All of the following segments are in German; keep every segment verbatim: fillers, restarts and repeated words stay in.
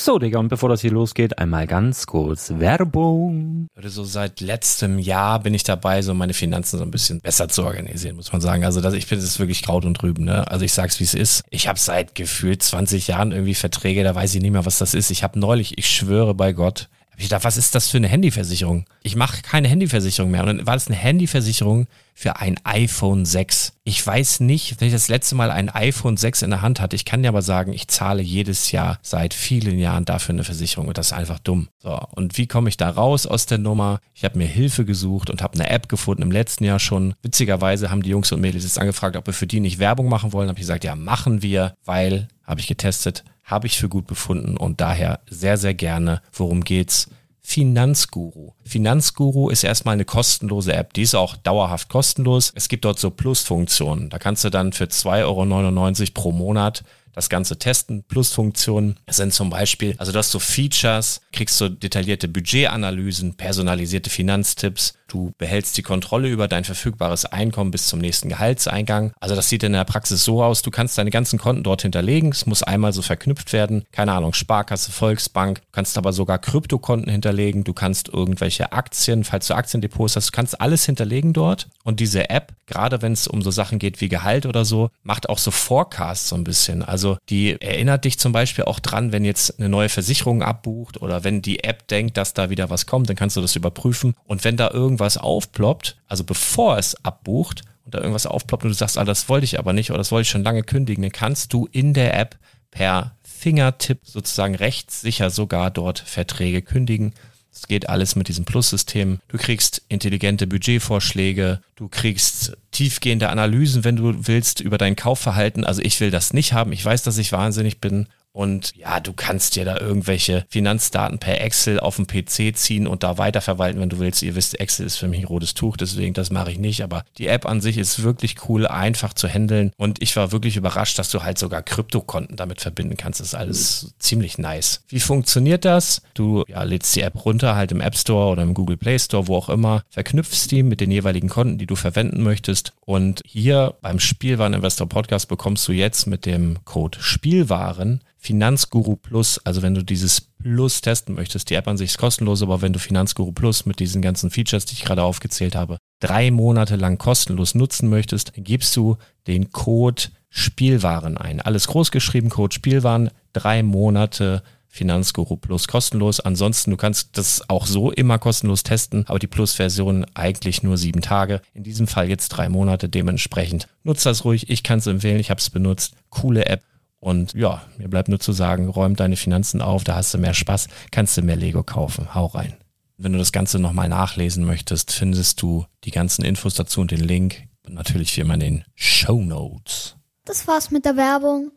So, Digga, und bevor das hier losgeht, einmal ganz kurz Werbung. So seit letztem Jahr bin ich dabei, so meine Finanzen so ein bisschen besser zu organisieren, muss man sagen. Also das, ich finde, das ist wirklich Kraut und Rüben, ne? Also ich sag's, wie es ist. Ich habe seit gefühlt zwanzig Jahren irgendwie Verträge, da weiß ich nicht mehr, was das ist. Ich habe neulich, ich schwöre bei Gott, hab ich gedacht, was ist das für eine Handyversicherung? Ich mache keine Handyversicherung mehr. Und dann war das eine Handyversicherung für ein iPhone sechs. Ich weiß nicht, wenn ich das letzte Mal ein iPhone sechs in der Hand hatte. Ich kann dir aber sagen, ich zahle jedes Jahr seit vielen Jahren dafür eine Versicherung und das ist einfach dumm. So, und wie komme ich da raus aus der Nummer? Ich habe mir Hilfe gesucht und habe eine App gefunden im letzten Jahr schon. Witzigerweise haben die Jungs und Mädels jetzt angefragt, ob wir für die nicht Werbung machen wollen. Habe ich gesagt, ja, machen wir, weil, habe ich getestet, habe ich für gut befunden und daher sehr, sehr gerne. Worum geht's? Finanzguru. Finanzguru ist erstmal eine kostenlose App. Die ist auch dauerhaft kostenlos. Es gibt dort so Plusfunktionen. Da kannst du dann für zwei Euro neunundneunzig pro Monat das Ganze testen. Plusfunktionen sind zum Beispiel, also du hast so Features, kriegst so detaillierte Budgetanalysen, personalisierte Finanztipps. Du behältst die Kontrolle über dein verfügbares Einkommen bis zum nächsten Gehaltseingang. Also das sieht in der Praxis so aus, du kannst deine ganzen Konten dort hinterlegen. Es muss einmal so verknüpft werden. Keine Ahnung, Sparkasse, Volksbank. Du kannst aber sogar Kryptokonten hinterlegen. Du kannst irgendwelche Aktien, falls du Aktiendepots hast, du kannst alles hinterlegen dort. Und diese App, gerade wenn es um so Sachen geht wie Gehalt oder so, macht auch so Forecasts so ein bisschen. Also die erinnert dich zum Beispiel auch dran, wenn jetzt eine neue Versicherung abbucht oder wenn die App denkt, dass da wieder was kommt, dann kannst du das überprüfen. Und wenn da irgendwas was aufploppt, also bevor es abbucht und da irgendwas aufploppt und du sagst, ah, das wollte ich aber nicht oder das wollte ich schon lange kündigen, dann kannst du in der App per Fingertipp sozusagen rechtssicher sogar dort Verträge kündigen. Das geht alles mit diesem Plus-System. Du kriegst intelligente Budgetvorschläge, du kriegst tiefgehende Analysen, wenn du willst, über dein Kaufverhalten. Also ich will das nicht haben. Ich weiß, dass ich wahnsinnig bin. Und ja, du kannst dir da irgendwelche Finanzdaten per Excel auf dem P C ziehen und da weiterverwalten, wenn du willst. Ihr wisst, Excel ist für mich ein rotes Tuch, deswegen das mache ich nicht. Aber die App an sich ist wirklich cool, einfach zu handeln. Und ich war wirklich überrascht, dass du halt sogar Kryptokonten damit verbinden kannst. Das ist alles mhm. ziemlich nice. Wie funktioniert das? Du ja, lädst die App runter, halt im App Store oder im Google Play Store, wo auch immer. Verknüpfst die mit den jeweiligen Konten, die du verwenden möchtest. Und hier beim Spielwaren-Investor Podcast bekommst du jetzt mit dem Code Spielwaren Finanzguru Plus, also wenn du dieses Plus testen möchtest, die App an sich ist kostenlos, aber wenn du Finanzguru Plus mit diesen ganzen Features, die ich gerade aufgezählt habe, drei Monate lang kostenlos nutzen möchtest, dann gibst du den Code Spielwaren ein. Alles groß geschrieben, Code Spielwaren, drei Monate Finanzguru Plus kostenlos. Ansonsten, du kannst das auch so immer kostenlos testen, aber die Plus-Version eigentlich nur sieben Tage. In diesem Fall jetzt drei Monate, dementsprechend nutzt das ruhig. Ich kann es empfehlen, ich habe es benutzt. Coole App. Und ja, mir bleibt nur zu sagen, räum deine Finanzen auf, da hast du mehr Spaß, kannst du mehr Lego kaufen. Hau rein. Wenn du das Ganze nochmal nachlesen möchtest, findest du die ganzen Infos dazu und den Link. Und natürlich wie immer in den Shownotes. Das war's mit der Werbung.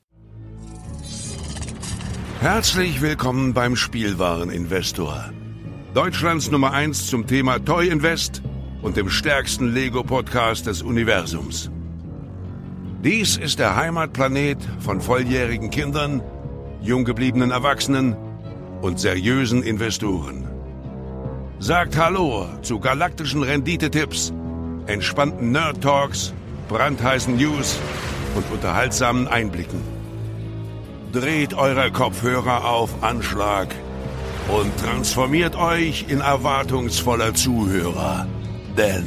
Herzlich willkommen beim Spielwareninvestor. Deutschlands Nummer eins zum Thema Toy Invest und dem stärksten Lego-Podcast des Universums. Dies ist der Heimatplanet von volljährigen Kindern, jung gebliebenen Erwachsenen und seriösen Investoren. Sagt Hallo zu galaktischen Renditetipps, entspannten Nerd-Talks, brandheißen News und unterhaltsamen Einblicken. Dreht eure Kopfhörer auf Anschlag und transformiert euch in erwartungsvoller Zuhörer, denn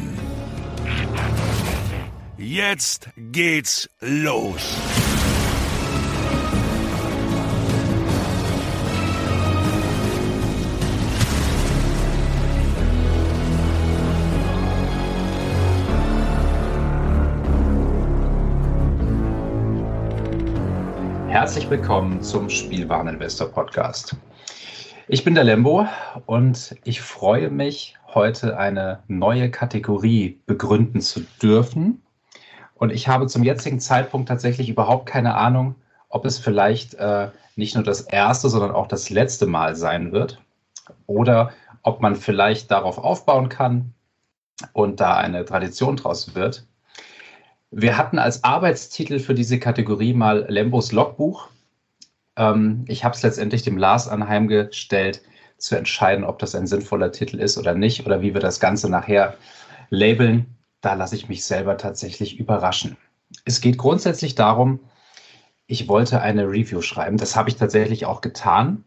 jetzt geht's los. Herzlich willkommen zum Spielwareninvestor Podcast. Ich bin der Lembo und ich freue mich, heute eine neue Kategorie begründen zu dürfen. Und ich habe zum jetzigen Zeitpunkt tatsächlich überhaupt keine Ahnung, ob es vielleicht äh, nicht nur das erste, sondern auch das letzte Mal sein wird. Oder ob man vielleicht darauf aufbauen kann und da eine Tradition draus wird. Wir hatten als Arbeitstitel für diese Kategorie mal Lembos Logbuch. Ähm, ich habe es letztendlich dem Lars anheimgestellt, zu entscheiden, ob das ein sinnvoller Titel ist oder nicht oder wie wir das Ganze nachher labeln. Da lasse ich mich selber tatsächlich überraschen. Es geht grundsätzlich darum, ich wollte eine Review schreiben. Das habe ich tatsächlich auch getan.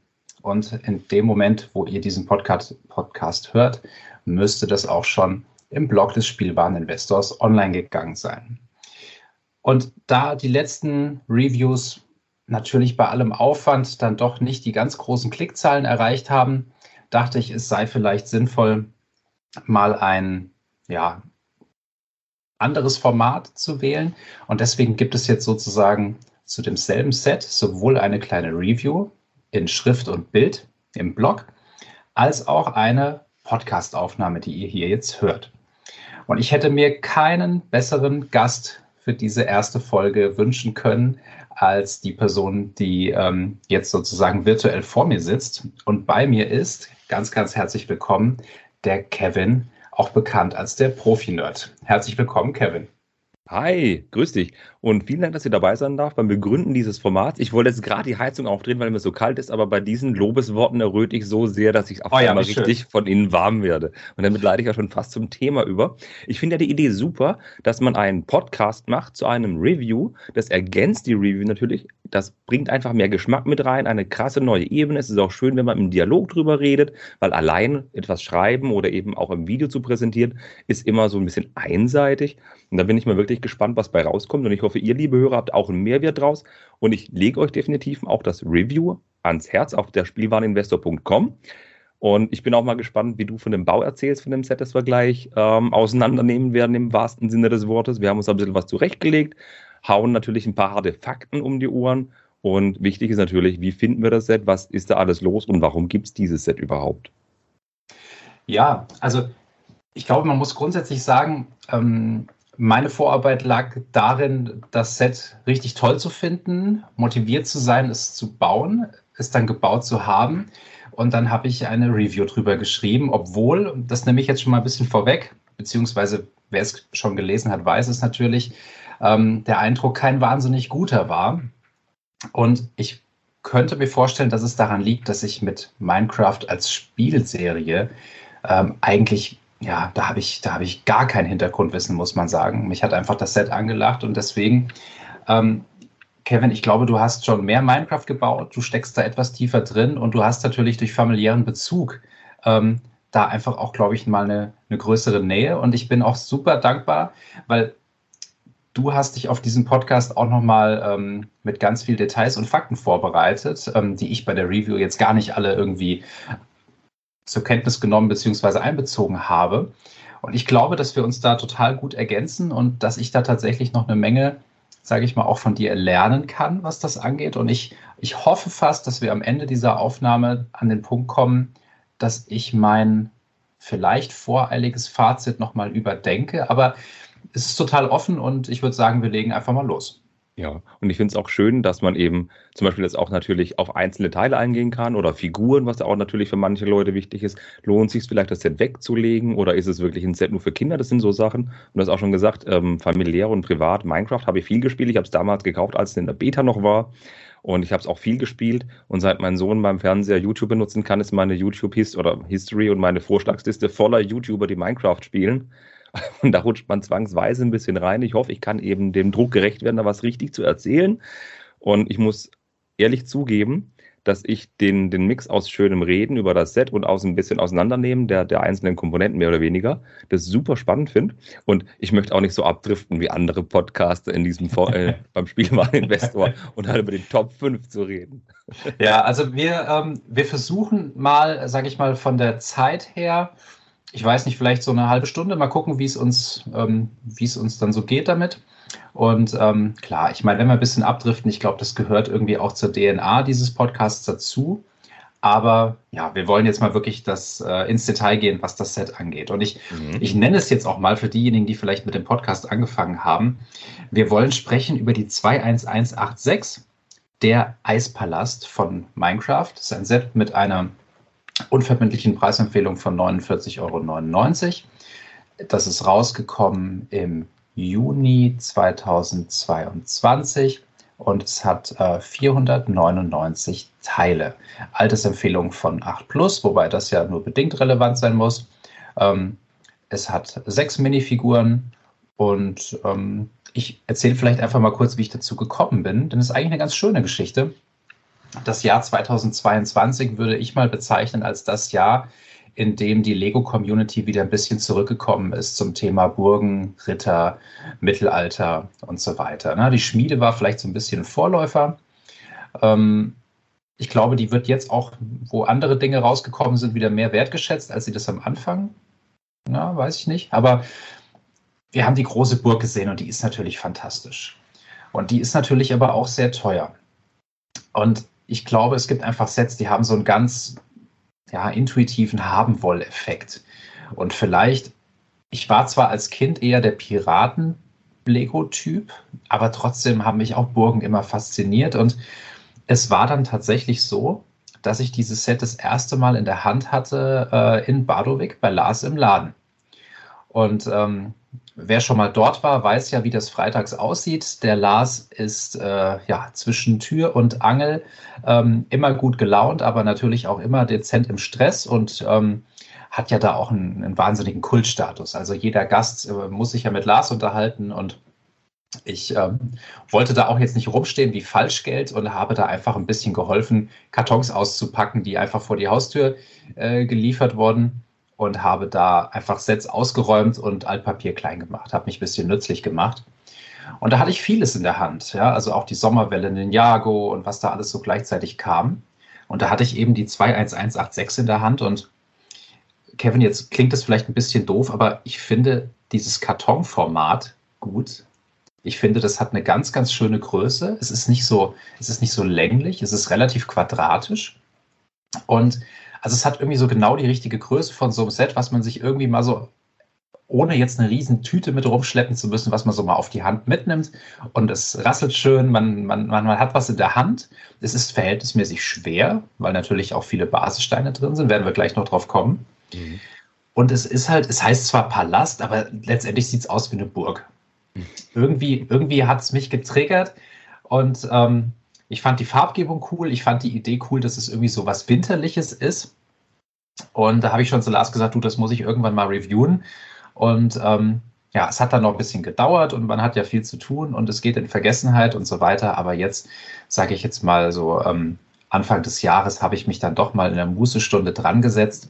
und in dem Moment, wo ihr diesen Podcast, Podcast hört, müsste das auch schon im Blog des Spielwareninvestors online gegangen sein. Und da die letzten Reviews natürlich bei allem Aufwand dann doch nicht die ganz großen Klickzahlen erreicht haben, dachte ich, es sei vielleicht sinnvoll, mal ein ja, anderes Format zu wählen. Und deswegen gibt es jetzt sozusagen zu demselben Set sowohl eine kleine Review in Schrift und Bild im Blog, als auch eine Podcast-Aufnahme, die ihr hier jetzt hört. Und ich hätte mir keinen besseren Gast für diese erste Folge wünschen können, als die Person, die ähm, jetzt sozusagen virtuell vor mir sitzt und bei mir ist. Ganz, ganz herzlich willkommen, der Kevin, auch bekannt als der Profi-Nerd. Herzlich willkommen, Kevin. Hi, grüß dich und vielen Dank, dass ihr dabei sein darf beim Begründen dieses Formats. Ich wollte jetzt gerade die Heizung aufdrehen, weil mir so kalt ist, aber bei diesen Lobesworten erröte ich so sehr, dass ich auf oh ja, einmal richtig schön von innen warm werde. Und damit leite ich ja schon fast zum Thema über. Ich finde ja die Idee super, dass man einen Podcast macht zu einem Review. Das ergänzt die Review natürlich. Das bringt einfach mehr Geschmack mit rein, eine krasse neue Ebene. Es ist auch schön, wenn man im Dialog drüber redet, weil allein etwas schreiben oder eben auch im Video zu präsentieren, ist immer so ein bisschen einseitig. Und da bin ich mal wirklich gespannt, was bei rauskommt. Und ich hoffe, ihr, liebe Hörer, habt auch einen Mehrwert draus. Und ich lege euch definitiv auch das Review ans Herz auf der Spielwareninvestor punkt com. Und ich bin auch mal gespannt, wie du von dem Bau erzählst, von dem Set, das wir gleich ähm, auseinandernehmen werden, im wahrsten Sinne des Wortes. Wir haben uns ein bisschen was zurechtgelegt, hauen natürlich ein paar harte Fakten um die Ohren. Und wichtig ist natürlich, wie finden wir das Set, was ist da alles los und warum gibt es dieses Set überhaupt? Ja, also ich glaube, man muss grundsätzlich sagen, ähm, meine Vorarbeit lag darin, das Set richtig toll zu finden, motiviert zu sein, es zu bauen, es dann gebaut zu haben. Und dann habe ich eine Review drüber geschrieben, obwohl, das nehme ich jetzt schon mal ein bisschen vorweg, beziehungsweise wer es schon gelesen hat, weiß es natürlich, ähm, der Eindruck kein wahnsinnig guter war. Und ich könnte mir vorstellen, dass es daran liegt, dass ich mit Minecraft als Spielserie ähm, eigentlich Ja, da habe ich, da habe ich gar kein Hintergrundwissen, muss man sagen. Mich hat einfach das Set angelacht und deswegen, ähm, Kevin, ich glaube, du hast schon mehr Minecraft gebaut, du steckst da etwas tiefer drin und du hast natürlich durch familiären Bezug ähm, da einfach auch, glaube ich, mal eine, eine größere Nähe und ich bin auch super dankbar, weil du hast dich auf diesen Podcast auch nochmal ähm, mit ganz viel Details und Fakten vorbereitet, ähm, die ich bei der Review jetzt gar nicht alle irgendwie zur Kenntnis genommen bzw. einbezogen habe. Und ich glaube, dass wir uns da total gut ergänzen und dass ich da tatsächlich noch eine Menge, sage ich mal, auch von dir lernen kann, was das angeht. Und ich, ich hoffe fast, dass wir am Ende dieser Aufnahme an den Punkt kommen, dass ich mein vielleicht voreiliges Fazit nochmal überdenke. Aber es ist total offen und ich würde sagen, wir legen einfach mal los. Ja, und ich finde es auch schön, dass man eben zum Beispiel jetzt auch natürlich auf einzelne Teile eingehen kann oder Figuren, was auch natürlich für manche Leute wichtig ist. Lohnt sich es vielleicht, das Set wegzulegen oder ist es wirklich ein Set nur für Kinder? Das sind so Sachen. Und du hast auch schon gesagt, ähm, familiär und privat. Minecraft habe ich viel gespielt. Ich habe es damals gekauft, als es in der Beta noch war. Und ich habe es auch viel gespielt. Und seit mein Sohn beim Fernseher YouTube benutzen kann, ist meine YouTube-Hist- oder History und meine Vorschlagsliste voller YouTuber, die Minecraft spielen. Und da rutscht man zwangsweise ein bisschen rein. Ich hoffe, ich kann eben dem Druck gerecht werden, da was richtig zu erzählen. Und ich muss ehrlich zugeben, dass ich den, den Mix aus schönem Reden über das Set und aus ein bisschen Auseinandernehmen der, der einzelnen Komponenten mehr oder weniger, das super spannend finde. Und ich möchte auch nicht so abdriften wie andere Podcaster in diesem äh, beim Spielwareninvestor und halt über den Top fünf zu reden. Ja, also wir, ähm, wir versuchen mal, sage ich mal, von der Zeit her, ich weiß nicht, vielleicht so eine halbe Stunde, mal gucken, wie es uns, ähm, wie es uns dann so geht damit. Und ähm, klar, ich meine, wenn wir ein bisschen abdriften, ich glaube, das gehört irgendwie auch zur D N A dieses Podcasts dazu. Aber ja, wir wollen jetzt mal wirklich das, äh, ins Detail gehen, was das Set angeht. Und ich, mhm. ich nenne es jetzt auch mal für diejenigen, die vielleicht mit dem Podcast angefangen haben. Wir wollen sprechen über die zwei eins eins acht sechs, der Eispalast von Minecraft. Das ist ein Set mit einer unverbindlichen Preisempfehlung von neunundvierzig Euro neunundneunzig. Das ist rausgekommen im Juni zweitausendzweiundzwanzig und es hat äh, vierhundertneunundneunzig Teile. Altersempfehlung von acht plus, wobei das ja nur bedingt relevant sein muss. Ähm, es hat sechs Minifiguren und ähm, ich erzähle vielleicht einfach mal kurz, wie ich dazu gekommen bin, denn es ist eigentlich eine ganz schöne Geschichte. das Jahr zweitausendzweiundzwanzig würde ich mal bezeichnen als das Jahr, in dem die Lego-Community wieder ein bisschen zurückgekommen ist zum Thema Burgen, Ritter, Mittelalter und so weiter. Ne? Die Schmiede war vielleicht so ein bisschen ein Vorläufer. Ähm, ich glaube, die wird jetzt auch, wo andere Dinge rausgekommen sind, wieder mehr wertgeschätzt, als sie das am Anfang. Na, weiß ich nicht. Aber wir haben die große Burg gesehen und die ist natürlich fantastisch. Und die ist natürlich aber auch sehr teuer. Und ich glaube, es gibt einfach Sets, die haben so einen ganz ja, intuitiven Haben-Woll-Effekt. Und vielleicht, ich war zwar als Kind eher der Piraten-Lego-Typ, aber trotzdem haben mich auch Burgen immer fasziniert. Und es war dann tatsächlich so, dass ich dieses Set das erste Mal in der Hand hatte äh, in Badowik bei Lars im Laden. Und ähm, wer schon mal dort war, weiß ja, wie das freitags aussieht. Der Lars ist äh, ja zwischen Tür und Angel ähm, immer gut gelaunt, aber natürlich auch immer dezent im Stress und ähm, hat ja da auch einen, einen wahnsinnigen Kultstatus. Also jeder Gast äh, muss sich ja mit Lars unterhalten und ich ähm, wollte da auch jetzt nicht rumstehen wie Falschgeld und habe da einfach ein bisschen geholfen, Kartons auszupacken, die einfach vor die Haustür äh, geliefert wurden. Und habe da einfach Sets ausgeräumt und Altpapier klein gemacht, habe mich ein bisschen nützlich gemacht. Und da hatte ich vieles in der Hand, ja, also auch die Sommerwelle Ninjago und was da alles so gleichzeitig kam. Und da hatte ich eben die zwei eins eins acht sechs in der Hand. Und Kevin, jetzt klingt das vielleicht ein bisschen doof, aber ich finde dieses Kartonformat gut. Ich finde, das hat eine ganz, ganz schöne Größe. Es ist nicht so, es ist nicht so länglich, es ist relativ quadratisch. Und also es hat irgendwie so genau die richtige Größe von so einem Set, was man sich irgendwie mal so, ohne jetzt eine riesen Tüte mit rumschleppen zu müssen, was man so mal auf die Hand mitnimmt. Und es rasselt schön, man, man, man, man hat was in der Hand. Es ist verhältnismäßig schwer, weil natürlich auch viele Basissteine drin sind, werden wir gleich noch drauf kommen. Mhm. Und es ist halt, es heißt zwar Palast, aber letztendlich sieht es aus wie eine Burg. Mhm. Irgendwie, irgendwie hat es mich getriggert und ähm, ich fand die Farbgebung cool, ich fand die Idee cool, dass es irgendwie so was Winterliches ist. Und da habe ich schon zu Lars gesagt, du, das muss ich irgendwann mal reviewen. Und ähm, ja, es hat dann noch ein bisschen gedauert und man hat ja viel zu tun und es geht in Vergessenheit und so weiter. Aber jetzt, sage ich jetzt mal so, ähm, Anfang des Jahres habe ich mich dann doch mal in der Mußestunde dran gesetzt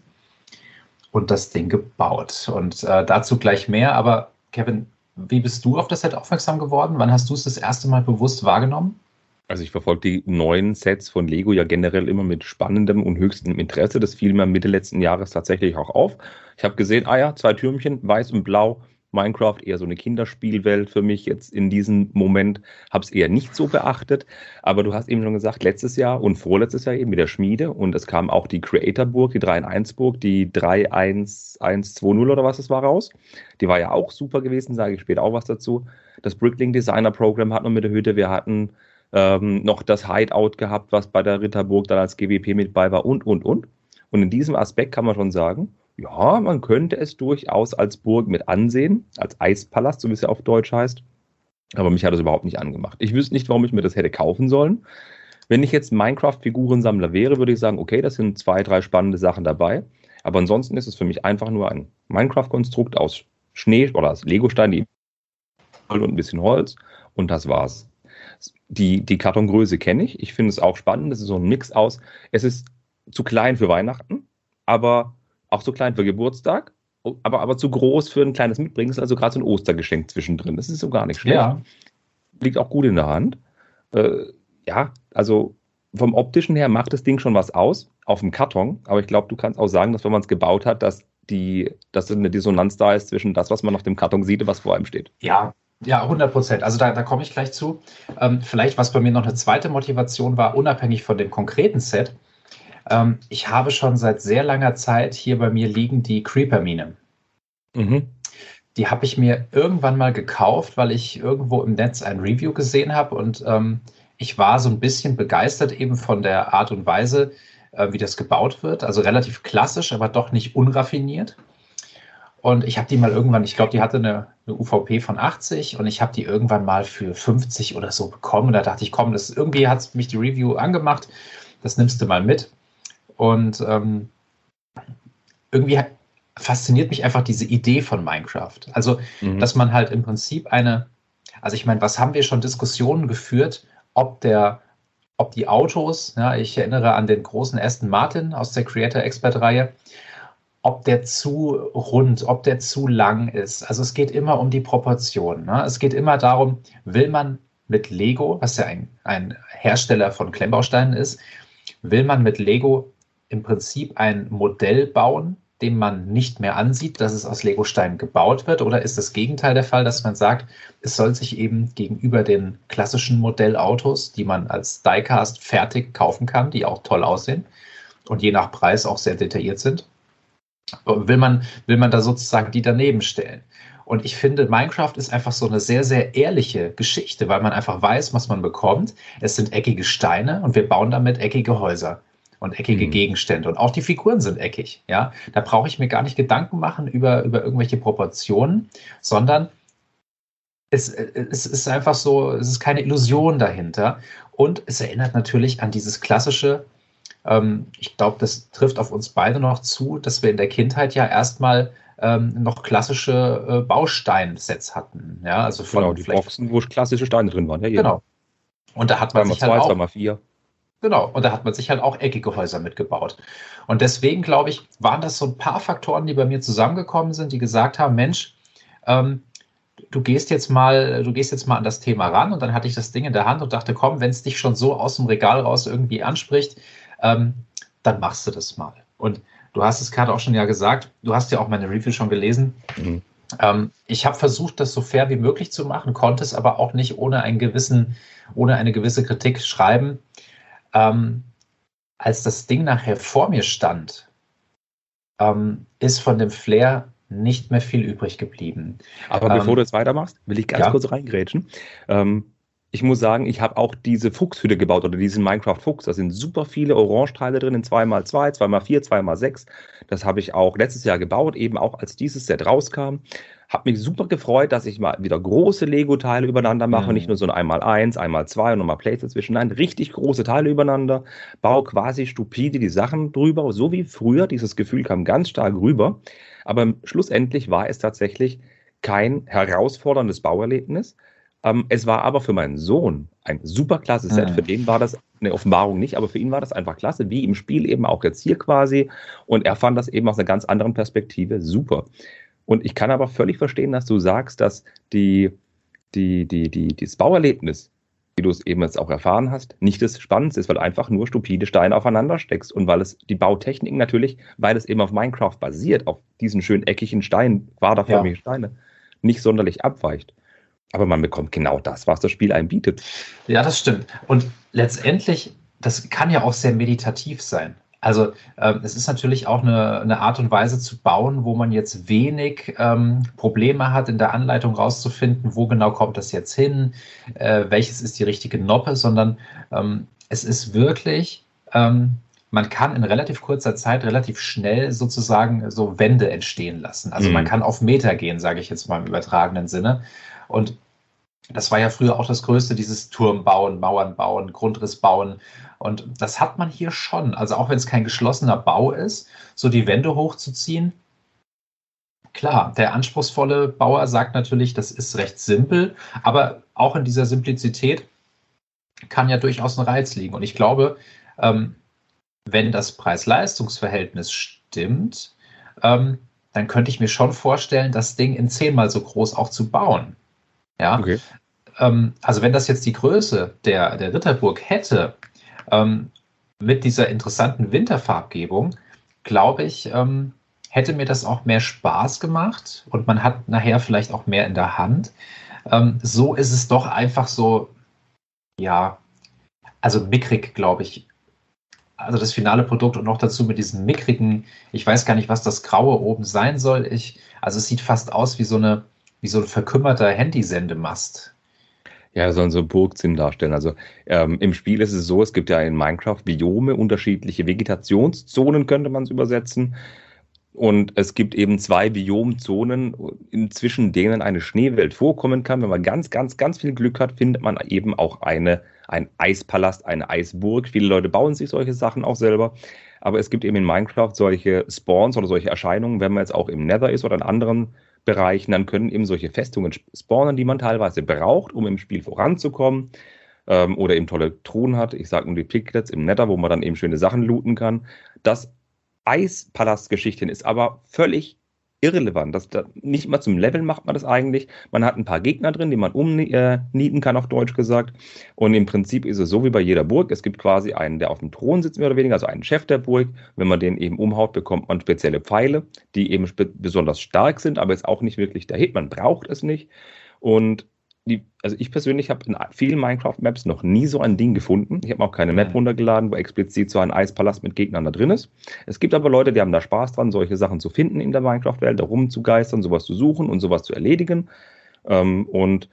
und das Ding gebaut. Und äh, dazu gleich mehr. Aber Kevin, wie bist du auf das Set aufmerksam geworden? Wann hast du es das erste Mal bewusst wahrgenommen? Also ich verfolge die neuen Sets von Lego ja generell immer mit spannendem und höchstem Interesse. Das fiel mir Mitte letzten Jahres tatsächlich auch auf. Ich habe gesehen, ah ja, zwei Türmchen, weiß und blau, Minecraft, eher so eine Kinderspielwelt für mich jetzt in diesem Moment. Habe es eher nicht so beachtet. Aber du hast eben schon gesagt, letztes Jahr und vorletztes Jahr eben mit der Schmiede. Und es kam auch die Creator-Burg, die drei in eins Burg, die drei eins eins zwei null oder was es war raus. Die war ja auch super gewesen, sage ich später auch was dazu. Das Brickling Designer Program hatten wir mit der Hütte. Wir hatten Ähm, noch das Hideout gehabt, was bei der Ritterburg dann als G W P mit bei war und, und, und. Und in diesem Aspekt kann man schon sagen, ja, man könnte es durchaus als Burg mit ansehen, als Eispalast, so wie es ja auf Deutsch heißt. Aber mich hat das überhaupt nicht angemacht. Ich wüsste nicht, warum ich mir das hätte kaufen sollen. Wenn ich jetzt Minecraft-Figurensammler wäre, würde ich sagen, okay, das sind zwei, drei spannende Sachen dabei. Aber ansonsten ist es für mich einfach nur ein Minecraft-Konstrukt aus Schnee oder aus Legosteinen und ein bisschen Holz und das war's. Die, die Kartongröße kenne ich. Ich finde es auch spannend. Das ist so ein Mix aus. Es ist zu klein für Weihnachten, aber auch zu klein für Geburtstag, aber, aber zu groß für ein kleines Mitbringsel. Also gerade so ein Ostergeschenk zwischendrin. Das ist so gar nicht schlecht. Ja. Liegt auch gut in der Hand. Äh, ja, also vom Optischen her macht das Ding schon was aus auf dem Karton. Aber ich glaube, du kannst auch sagen, dass wenn man es gebaut hat, dass, die, dass eine Dissonanz da ist zwischen das, was man auf dem Karton sieht und was vor einem steht. Ja. Ja, hundert Prozent. Also da, da komme ich gleich zu. Ähm, vielleicht, was bei mir noch eine zweite Motivation war, unabhängig von dem konkreten Set. Ähm, ich habe schon seit sehr langer Zeit hier bei mir liegen die Creeper-Mine. Mhm. Die habe ich mir irgendwann mal gekauft, weil ich irgendwo im Netz ein Review gesehen habe und ähm, ich war so ein bisschen begeistert eben von der Art und Weise, äh, wie das gebaut wird. Also relativ klassisch, aber doch nicht unraffiniert. Und ich habe die mal irgendwann, ich glaube, die hatte eine, eine U V P von achtzig und ich habe die irgendwann mal für fünfzig oder so bekommen. Und da dachte ich, komm, das irgendwie hat mich die Review angemacht, das nimmst du mal mit. Und ähm, irgendwie fasziniert mich einfach diese Idee von Minecraft. Also, mhm. dass man halt im Prinzip eine, also ich meine, was haben wir schon Diskussionen geführt, ob der ob die Autos, ja, ich erinnere an den großen Aston Martin aus der Creator Expert-Reihe, ob der zu rund, ob der zu lang ist. Also es geht immer um die Proportionen. Ne? Es geht immer darum, will man mit Lego, was ja ein, ein Hersteller von Klemmbausteinen ist, will man mit Lego im Prinzip ein Modell bauen, den man nicht mehr ansieht, dass es aus Legosteinen gebaut wird? Oder ist das Gegenteil der Fall, dass man sagt, es soll sich eben gegenüber den klassischen Modellautos, die man als Diecast fertig kaufen kann, die auch toll aussehen und je nach Preis auch sehr detailliert sind, will man, will man da sozusagen die daneben stellen? Und ich finde, Minecraft ist einfach so eine sehr, sehr ehrliche Geschichte, weil man einfach weiß, was man bekommt. Es sind eckige Steine und wir bauen damit eckige Häuser und eckige mhm. Gegenstände. Und auch die Figuren sind eckig. Ja? Da brauche ich mir gar nicht Gedanken machen über, über irgendwelche Proportionen, sondern es, es ist einfach so, es ist keine Illusion dahinter. Und es erinnert natürlich an dieses klassische, ähm, ich glaube, das trifft auf uns beide noch zu, dass wir in der Kindheit ja erstmal ähm, noch klassische äh, Bausteinsets hatten. Ja? Also von genau, die Boxen, wo klassische Steine drin waren. Ja, genau. Und da hat man sich halt zwei, auch... zwei mal vier. Genau, und da hat man sich halt auch eckige Häuser mitgebaut. Und deswegen, glaube ich, waren das so ein paar Faktoren, die bei mir zusammengekommen sind, die gesagt haben, Mensch, ähm, du gehst jetzt mal, du gehst jetzt mal an das Thema ran. Und dann hatte ich das Ding in der Hand und dachte, komm, wenn es dich schon so aus dem Regal raus irgendwie anspricht, ähm, dann machst du das mal. Und du hast es gerade auch schon ja gesagt, du hast ja auch meine Review schon gelesen. Mhm. Ähm, ich habe versucht, das so fair wie möglich zu machen, konnte es aber auch nicht ohne einen gewissen, ohne eine gewisse Kritik schreiben. Ähm, als das Ding nachher vor mir stand, ähm, ist von dem Flair nicht mehr viel übrig geblieben. Aber ähm, bevor du jetzt weitermachst, will ich ganz ja. kurz reingrätschen. Ähm, ich muss sagen, ich habe auch diese Fuchshütte gebaut oder diesen Minecraft-Fuchs. Da sind super viele Orange-Teile drin in zwei mal zwei, zwei mal vier, zwei mal sechs. Das habe ich auch letztes Jahr gebaut, eben auch als dieses Set rauskam. Habe mich super gefreut, dass ich mal wieder große Lego-Teile übereinander mache, mhm. nicht nur so ein eins mal eins, eins mal zwei und nochmal Plates dazwischen. Nein, richtig große Teile übereinander, baue quasi stupide die Sachen drüber, so wie früher. Dieses Gefühl kam ganz stark rüber. Aber schlussendlich war es tatsächlich kein herausforderndes Bauerlebnis. Ähm, es war aber für meinen Sohn ein super klasse Set. Mhm. Für den war das eine Offenbarung nicht, aber für ihn war das einfach klasse, wie im Spiel eben auch jetzt hier quasi. Und er fand das eben aus einer ganz anderen Perspektive super. Und ich kann aber völlig verstehen, dass du sagst, dass die, die, die, die, das Bauerlebnis, wie du es eben jetzt auch erfahren hast, nicht das Spannendste ist, weil du einfach nur stupide Steine aufeinander steckst und weil es die Bautechnik natürlich, weil es eben auf Minecraft basiert, auf diesen schönen eckigen Steinen, quaderförmigen ja. Steine, nicht sonderlich abweicht. Aber man bekommt genau das, was das Spiel einem bietet. Ja, das stimmt. Und letztendlich, das kann ja auch sehr meditativ sein. Also ähm, es ist natürlich auch eine, eine Art und Weise zu bauen, wo man jetzt wenig ähm, Probleme hat, in der Anleitung rauszufinden, wo genau kommt das jetzt hin, äh, welches ist die richtige Noppe, sondern ähm, es ist wirklich, ähm, man kann in relativ kurzer Zeit relativ schnell sozusagen so Wände entstehen lassen. Also mhm. man kann auf Meter gehen, sage ich jetzt mal im übertragenen Sinne. Und das war ja früher auch das Größte, dieses Turm bauen, Mauern bauen, Grundriss bauen. Und das hat man hier schon. Also auch wenn es kein geschlossener Bau ist, so die Wände hochzuziehen. Klar, der anspruchsvolle Bauer sagt natürlich, das ist recht simpel. Aber auch in dieser Simplizität kann ja durchaus ein Reiz liegen. Und ich glaube, ähm, wenn das Preis-Leistungs-Verhältnis stimmt, ähm, dann könnte ich mir schon vorstellen, das Ding in zehnmal so groß auch zu bauen. Ja, okay. ähm, also wenn das jetzt die Größe der, der Ritterburg hätte, ähm, mit dieser interessanten Winterfarbgebung, glaube ich, ähm, hätte mir das auch mehr Spaß gemacht und man hat nachher vielleicht auch mehr in der Hand. Ähm, so ist es doch einfach so, ja, also mickrig, glaube ich. Also das finale Produkt und noch dazu mit diesem mickrigen, ich weiß gar nicht, was das Graue oben sein soll. Ich, also es sieht fast aus wie so eine wie so ein verkümmerter Handysendemast. Ja, sollen so Burgzinn darstellen. Also ähm, im Spiel ist es so, es gibt ja in Minecraft Biome, unterschiedliche Vegetationszonen, könnte man es übersetzen. Und es gibt eben zwei Biomzonen, zwischen denen eine Schneewelt vorkommen kann. Wenn man ganz, ganz, ganz viel Glück hat, findet man eben auch eine, ein Eispalast, eine Eisburg. Viele Leute bauen sich solche Sachen auch selber. Aber es gibt eben in Minecraft solche Spawns oder solche Erscheinungen, wenn man jetzt auch im Nether ist oder in anderen Bereichen, dann können eben solche Festungen spawnen, die man teilweise braucht, um im Spiel voranzukommen. ähm, oder eben tolle Truhen hat. Ich sage nur die Piglets im Nether, wo man dann eben schöne Sachen looten kann. Das Eispalast-Geschichtchen ist aber völlig irrelevant. Das, das, nicht mal zum Leveln macht man das eigentlich. Man hat ein paar Gegner drin, die man umnieten kann, auf Deutsch gesagt. Und im Prinzip ist es so wie bei jeder Burg. Es gibt quasi einen, der auf dem Thron sitzt, mehr oder weniger, also einen Chef der Burg. Wenn man den eben umhaut, bekommt man spezielle Pfeile, die eben besonders stark sind, aber ist auch nicht wirklich der Hit. Man braucht es nicht. Und die, also ich persönlich habe in vielen Minecraft-Maps noch nie so ein Ding gefunden. Ich habe auch keine Map runtergeladen, wo explizit so ein Eispalast mit Gegnern da drin ist. Es gibt aber Leute, die haben da Spaß dran, solche Sachen zu finden in der Minecraft-Welt, da rumzugeistern, sowas zu suchen und sowas zu erledigen. Und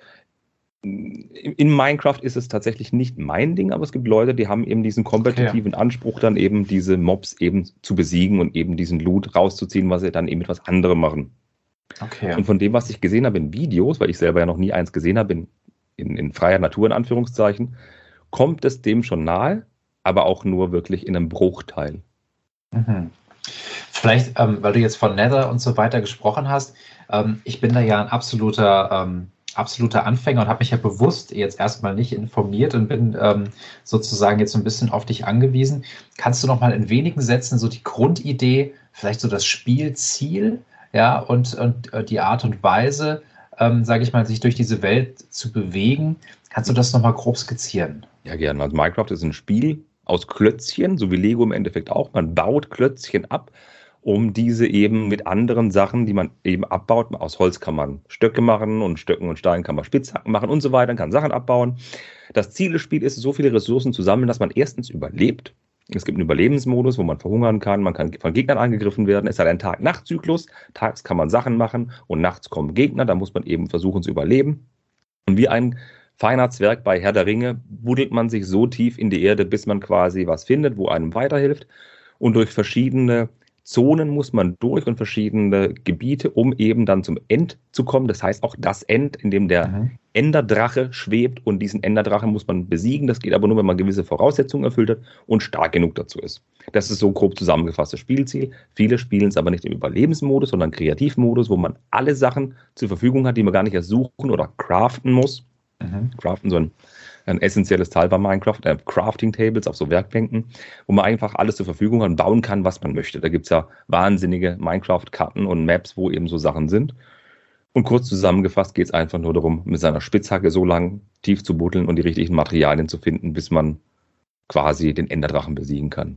in Minecraft ist es tatsächlich nicht mein Ding, aber es gibt Leute, die haben eben diesen kompetitiven okay. Anspruch, dann eben diese Mobs eben zu besiegen und eben diesen Loot rauszuziehen, was sie dann eben mit was anderem machen. Okay. Und von dem, was ich gesehen habe in Videos, weil ich selber ja noch nie eins gesehen habe, in, in, in freier Natur in Anführungszeichen, kommt es dem schon nahe, aber auch nur wirklich in einem Bruchteil. Mhm. Vielleicht, ähm, weil du jetzt von Nether und so weiter gesprochen hast, ähm, ich bin da ja ein absoluter, ähm, absoluter Anfänger und habe mich ja bewusst jetzt erstmal nicht informiert und bin ähm, sozusagen jetzt so ein bisschen auf dich angewiesen. Kannst du noch mal in wenigen Sätzen so die Grundidee, vielleicht so das Spielziel, ja, und, und äh, die Art und Weise, ähm, sage ich mal, sich durch diese Welt zu bewegen. Kannst du das nochmal grob skizzieren? Ja, gerne. Also Minecraft ist ein Spiel aus Klötzchen, so wie Lego im Endeffekt auch. Man baut Klötzchen ab, um diese eben mit anderen Sachen, die man eben abbaut. Aus Holz kann man Stöcke machen und Stöcken und Steinen kann man Spitzhacken machen und so weiter. Man kann Sachen abbauen. Das Ziel des Spiels ist, so viele Ressourcen zu sammeln, dass man erstens überlebt. Es gibt einen Überlebensmodus, wo man verhungern kann, man kann von Gegnern angegriffen werden. Es hat einen Tag-Nacht-Zyklus. Tags kann man Sachen machen und nachts kommen Gegner. Da muss man eben versuchen zu überleben. Und wie ein feiner Zwerg bei Herr der Ringe buddelt man sich so tief in die Erde, bis man quasi was findet, wo einem weiterhilft. Und durch verschiedene Zonen muss man durch und verschiedene Gebiete, um eben dann zum End zu kommen. Das heißt auch das End, in dem der mhm. Enderdrache schwebt, und diesen Enderdrache muss man besiegen. Das geht aber nur, wenn man gewisse Voraussetzungen erfüllt hat und stark genug dazu ist. Das ist so grob zusammengefasstes Spielziel. Viele spielen es aber nicht im Überlebensmodus, sondern im Kreativmodus, wo man alle Sachen zur Verfügung hat, die man gar nicht erst suchen oder craften muss. Mhm. Craften, so ein ein essentielles Teil bei Minecraft, äh, Crafting-Tables auf so Werkbänken, wo man einfach alles zur Verfügung hat und bauen kann, was man möchte. Da gibt es ja wahnsinnige Minecraft-Karten und Maps, wo eben so Sachen sind. Und kurz zusammengefasst geht es einfach nur darum, mit seiner Spitzhacke so lang tief zu buddeln und die richtigen Materialien zu finden, bis man quasi den Enderdrachen besiegen kann.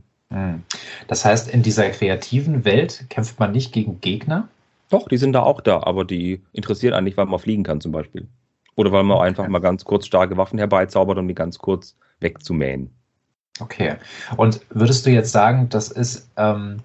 Das heißt, in dieser kreativen Welt kämpft man nicht gegen Gegner? Doch, die sind da auch da, aber die interessieren einen nicht, weil man fliegen kann zum Beispiel. Oder weil man okay. einfach mal ganz kurz starke Waffen herbeizaubert, um die ganz kurz wegzumähen. Okay. Und würdest du jetzt sagen, das ist, ähm,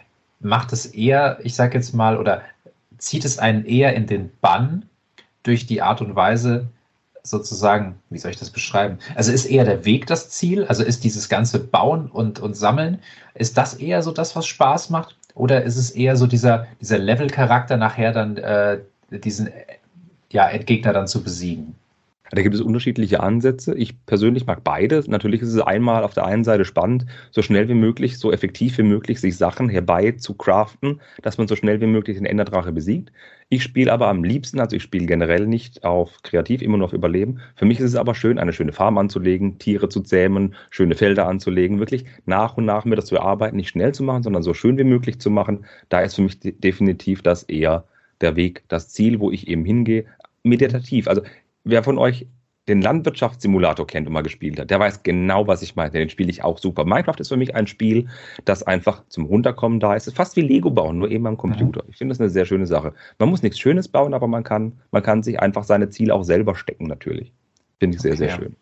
macht es eher, ich sag jetzt mal, oder zieht es einen eher in den Bann durch die Art und Weise, sozusagen, wie soll ich das beschreiben? Also ist eher der Weg das Ziel? Also ist dieses ganze Bauen und, und Sammeln, ist das eher so das, was Spaß macht? Oder ist es eher so dieser, dieser Level-Charakter nachher dann äh, diesen ja, Endgegner dann zu besiegen? Da gibt es unterschiedliche Ansätze. Ich persönlich mag beide. Natürlich ist es einmal auf der einen Seite spannend, so schnell wie möglich, so effektiv wie möglich sich Sachen herbei zu craften, dass man so schnell wie möglich den Enderdrache besiegt. Ich spiele aber am liebsten, also ich spiele generell nicht auf kreativ, immer nur auf Überleben. Für mich ist es aber schön, eine schöne Farm anzulegen, Tiere zu zähmen, schöne Felder anzulegen, wirklich nach und nach mir das zu erarbeiten, nicht schnell zu machen, sondern so schön wie möglich zu machen. Da ist für mich definitiv das eher der Weg, das Ziel, wo ich eben hingehe, meditativ. Also wer von euch den Landwirtschaftssimulator kennt und mal gespielt hat, der weiß genau, was ich meine. Den spiele ich auch super. Minecraft ist für mich ein Spiel, das einfach zum Runterkommen da ist. Es ist fast wie Lego bauen, nur eben am Computer. Ich finde das eine sehr schöne Sache. Man muss nichts Schönes bauen, aber man kann, man kann sich einfach seine Ziele auch selber stecken, natürlich. Finde ich sehr, okay. sehr schön.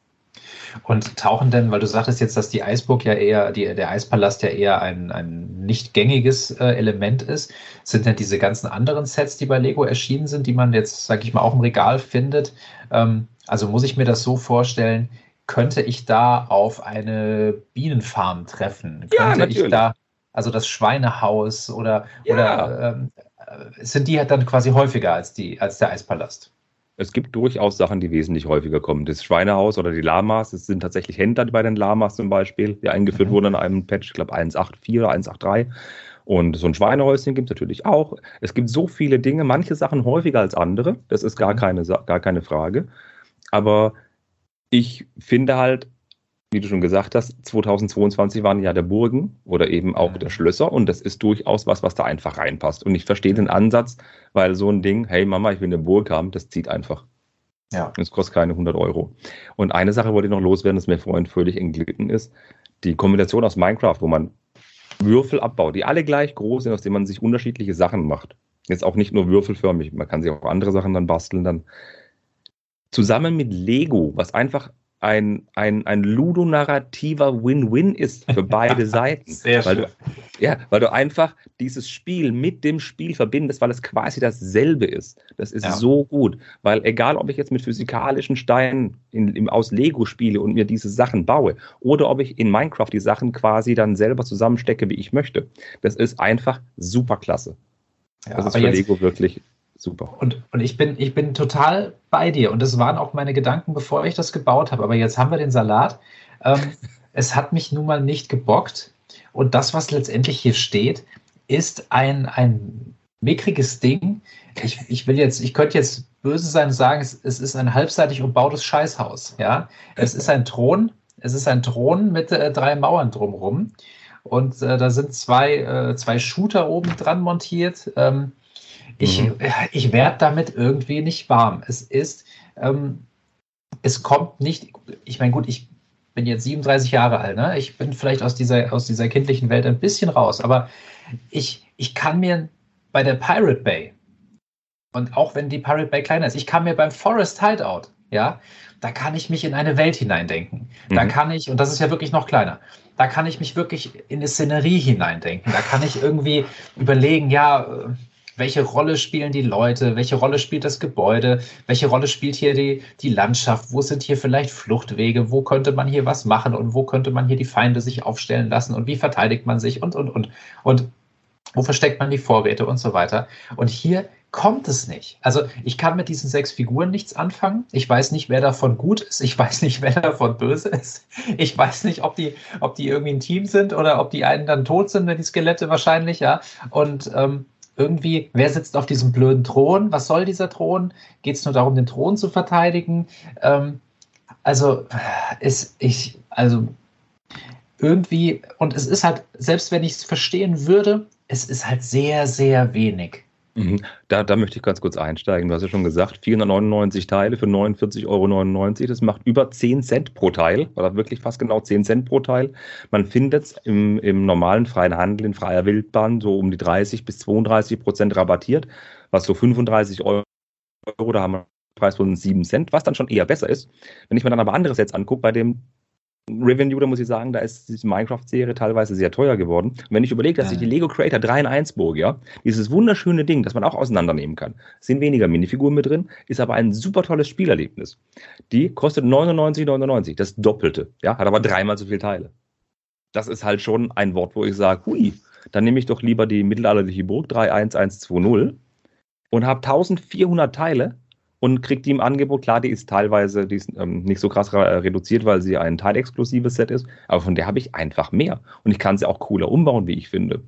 Und tauchen denn, weil du sagtest jetzt, dass die Eisburg ja eher, die, der Eispalast ja eher ein, ein nicht gängiges äh, Element ist, sind denn diese ganzen anderen Sets, die bei Lego erschienen sind, die man jetzt, sag ich mal, auch im Regal findet, ähm, also muss ich mir das so vorstellen, könnte ich da auf eine Bienenfarm treffen? Ja, könnte natürlich. ich da, also das Schweinehaus oder, ja. oder ähm, sind die halt dann quasi häufiger als, die, als der Eispalast? Es gibt durchaus Sachen, die wesentlich häufiger kommen. Das Schweinehaus oder die Lamas, es sind tatsächlich Händler bei den Lamas zum Beispiel, die eingeführt mhm. wurden in einem Patch, ich glaube eins Punkt acht vier oder eins Punkt acht drei. Und so ein Schweinehäuschen gibt es natürlich auch. Es gibt so viele Dinge, manche Sachen häufiger als andere, das ist gar keine, gar keine Frage. Aber ich finde halt, wie du schon gesagt hast, zweitausendzweiundzwanzig waren ja der Burgen oder eben auch der Schlösser und das ist durchaus was, was da einfach reinpasst. Und ich verstehe den Ansatz, weil so ein Ding, hey Mama, ich will eine Burg haben, das zieht einfach. Ja. Das kostet keine hundert Euro. Und eine Sache wollte ich noch loswerden, das mir vorhin völlig entglitten ist, die Kombination aus Minecraft, wo man Würfel abbaut, die alle gleich groß sind, aus denen man sich unterschiedliche Sachen macht. Jetzt auch nicht nur würfelförmig, man kann sich auch andere Sachen dann basteln, dann zusammen mit Lego, was einfach ein, ein, ein ludonarrativer Win-Win ist für beide Seiten. Sehr weil schön. Du, ja, weil du einfach dieses Spiel mit dem Spiel verbindest, weil es quasi dasselbe ist. Das ist Ja. so gut, weil egal, ob ich jetzt mit physikalischen Steinen in, im, aus Lego spiele und mir diese Sachen baue oder ob ich in Minecraft die Sachen quasi dann selber zusammenstecke, wie ich möchte, das ist einfach super klasse. Ja, das ist aber für jetzt, Lego wirklich super. Und, und ich, bin, ich bin total bei dir. Und das waren auch meine Gedanken, bevor ich das gebaut habe. Aber jetzt haben wir den Salat. Ähm, es hat mich nun mal nicht gebockt. Und das, was letztendlich hier steht, ist ein, ein mickriges Ding. Ich, ich will jetzt, ich könnte jetzt böse sein und sagen, es, es ist ein halbseitig umbautes Scheißhaus. Ja? Es ist ein Thron. Es ist ein Thron mit äh, drei Mauern drumherum. Und äh, da sind zwei, äh, zwei Shooter oben dran montiert. Ähm, Ich, Mhm. ich werde damit irgendwie nicht warm. Es ist, ähm, es kommt nicht, ich meine, gut, ich bin jetzt siebenunddreißig Jahre alt, ne? Ich bin vielleicht aus dieser, aus dieser kindlichen Welt ein bisschen raus, aber ich, ich kann mir bei der Pirate Bay, und auch wenn die Pirate Bay kleiner ist, ich kann mir beim Forest Hideout, ja, da kann ich mich in eine Welt hineindenken. Da Mhm. kann ich, und das ist ja wirklich noch kleiner, da kann ich mich wirklich in eine Szenerie hineindenken. Da kann ich irgendwie überlegen, ja, äh, welche Rolle spielen die Leute, welche Rolle spielt das Gebäude, welche Rolle spielt hier die, die Landschaft, wo sind hier vielleicht Fluchtwege, wo könnte man hier was machen und wo könnte man hier die Feinde sich aufstellen lassen und wie verteidigt man sich und, und, und, und wo versteckt man die Vorräte und so weiter. Und hier kommt es nicht. Also ich kann mit diesen sechs Figuren nichts anfangen. Ich weiß nicht, wer davon gut ist. Ich weiß nicht, wer davon böse ist. Ich weiß nicht, ob die, ob die irgendwie ein Team sind oder ob die einen dann tot sind, wenn die Skelette wahrscheinlich, ja. Und ähm, irgendwie, wer sitzt auf diesem blöden Thron? Was soll dieser Thron? Geht es nur darum, den Thron zu verteidigen? Ähm, also, ist ich, also irgendwie, und es ist halt, selbst wenn ich es verstehen würde, es ist halt sehr, sehr wenig. Mhm. Da, da möchte ich ganz kurz einsteigen. Du hast ja schon gesagt, vierhundertneunundneunzig Teile für neunundvierzig Euro neunundneunzig. Das macht über zehn Cent pro Teil, oder wirklich fast genau zehn Cent pro Teil. Man findet es im, im normalen freien Handel, in freier Wildbahn, so um die dreißig bis zweiunddreißig Prozent rabattiert, was so fünfunddreißig Euro, da haben wir einen Preis von sieben Cent, was dann schon eher besser ist. Wenn ich mir dann aber andere Sets angucke, bei dem Revenue, da muss ich sagen, da ist diese Minecraft-Serie teilweise sehr teuer geworden. Und wenn ich überlege, dass ich die Lego Creator drei in eins Burg, ja, dieses wunderschöne Ding, das man auch auseinandernehmen kann, sind weniger Minifiguren mit drin, ist aber ein super tolles Spielerlebnis. Die kostet neunundneunzig neunundneunzig, das Doppelte, ja, hat aber dreimal so viele Teile. Das ist halt schon ein Wort, wo ich sage, hui, dann nehme ich doch lieber die mittelalterliche Burg drei eins eins zwei null und habe eintausendvierhundert Teile und kriegt die im Angebot. Klar, die ist teilweise die ist, ähm, nicht so krass re- reduziert, weil sie ein teilexklusives Set ist, aber von der habe ich einfach mehr. Und ich kann sie auch cooler umbauen, wie ich finde.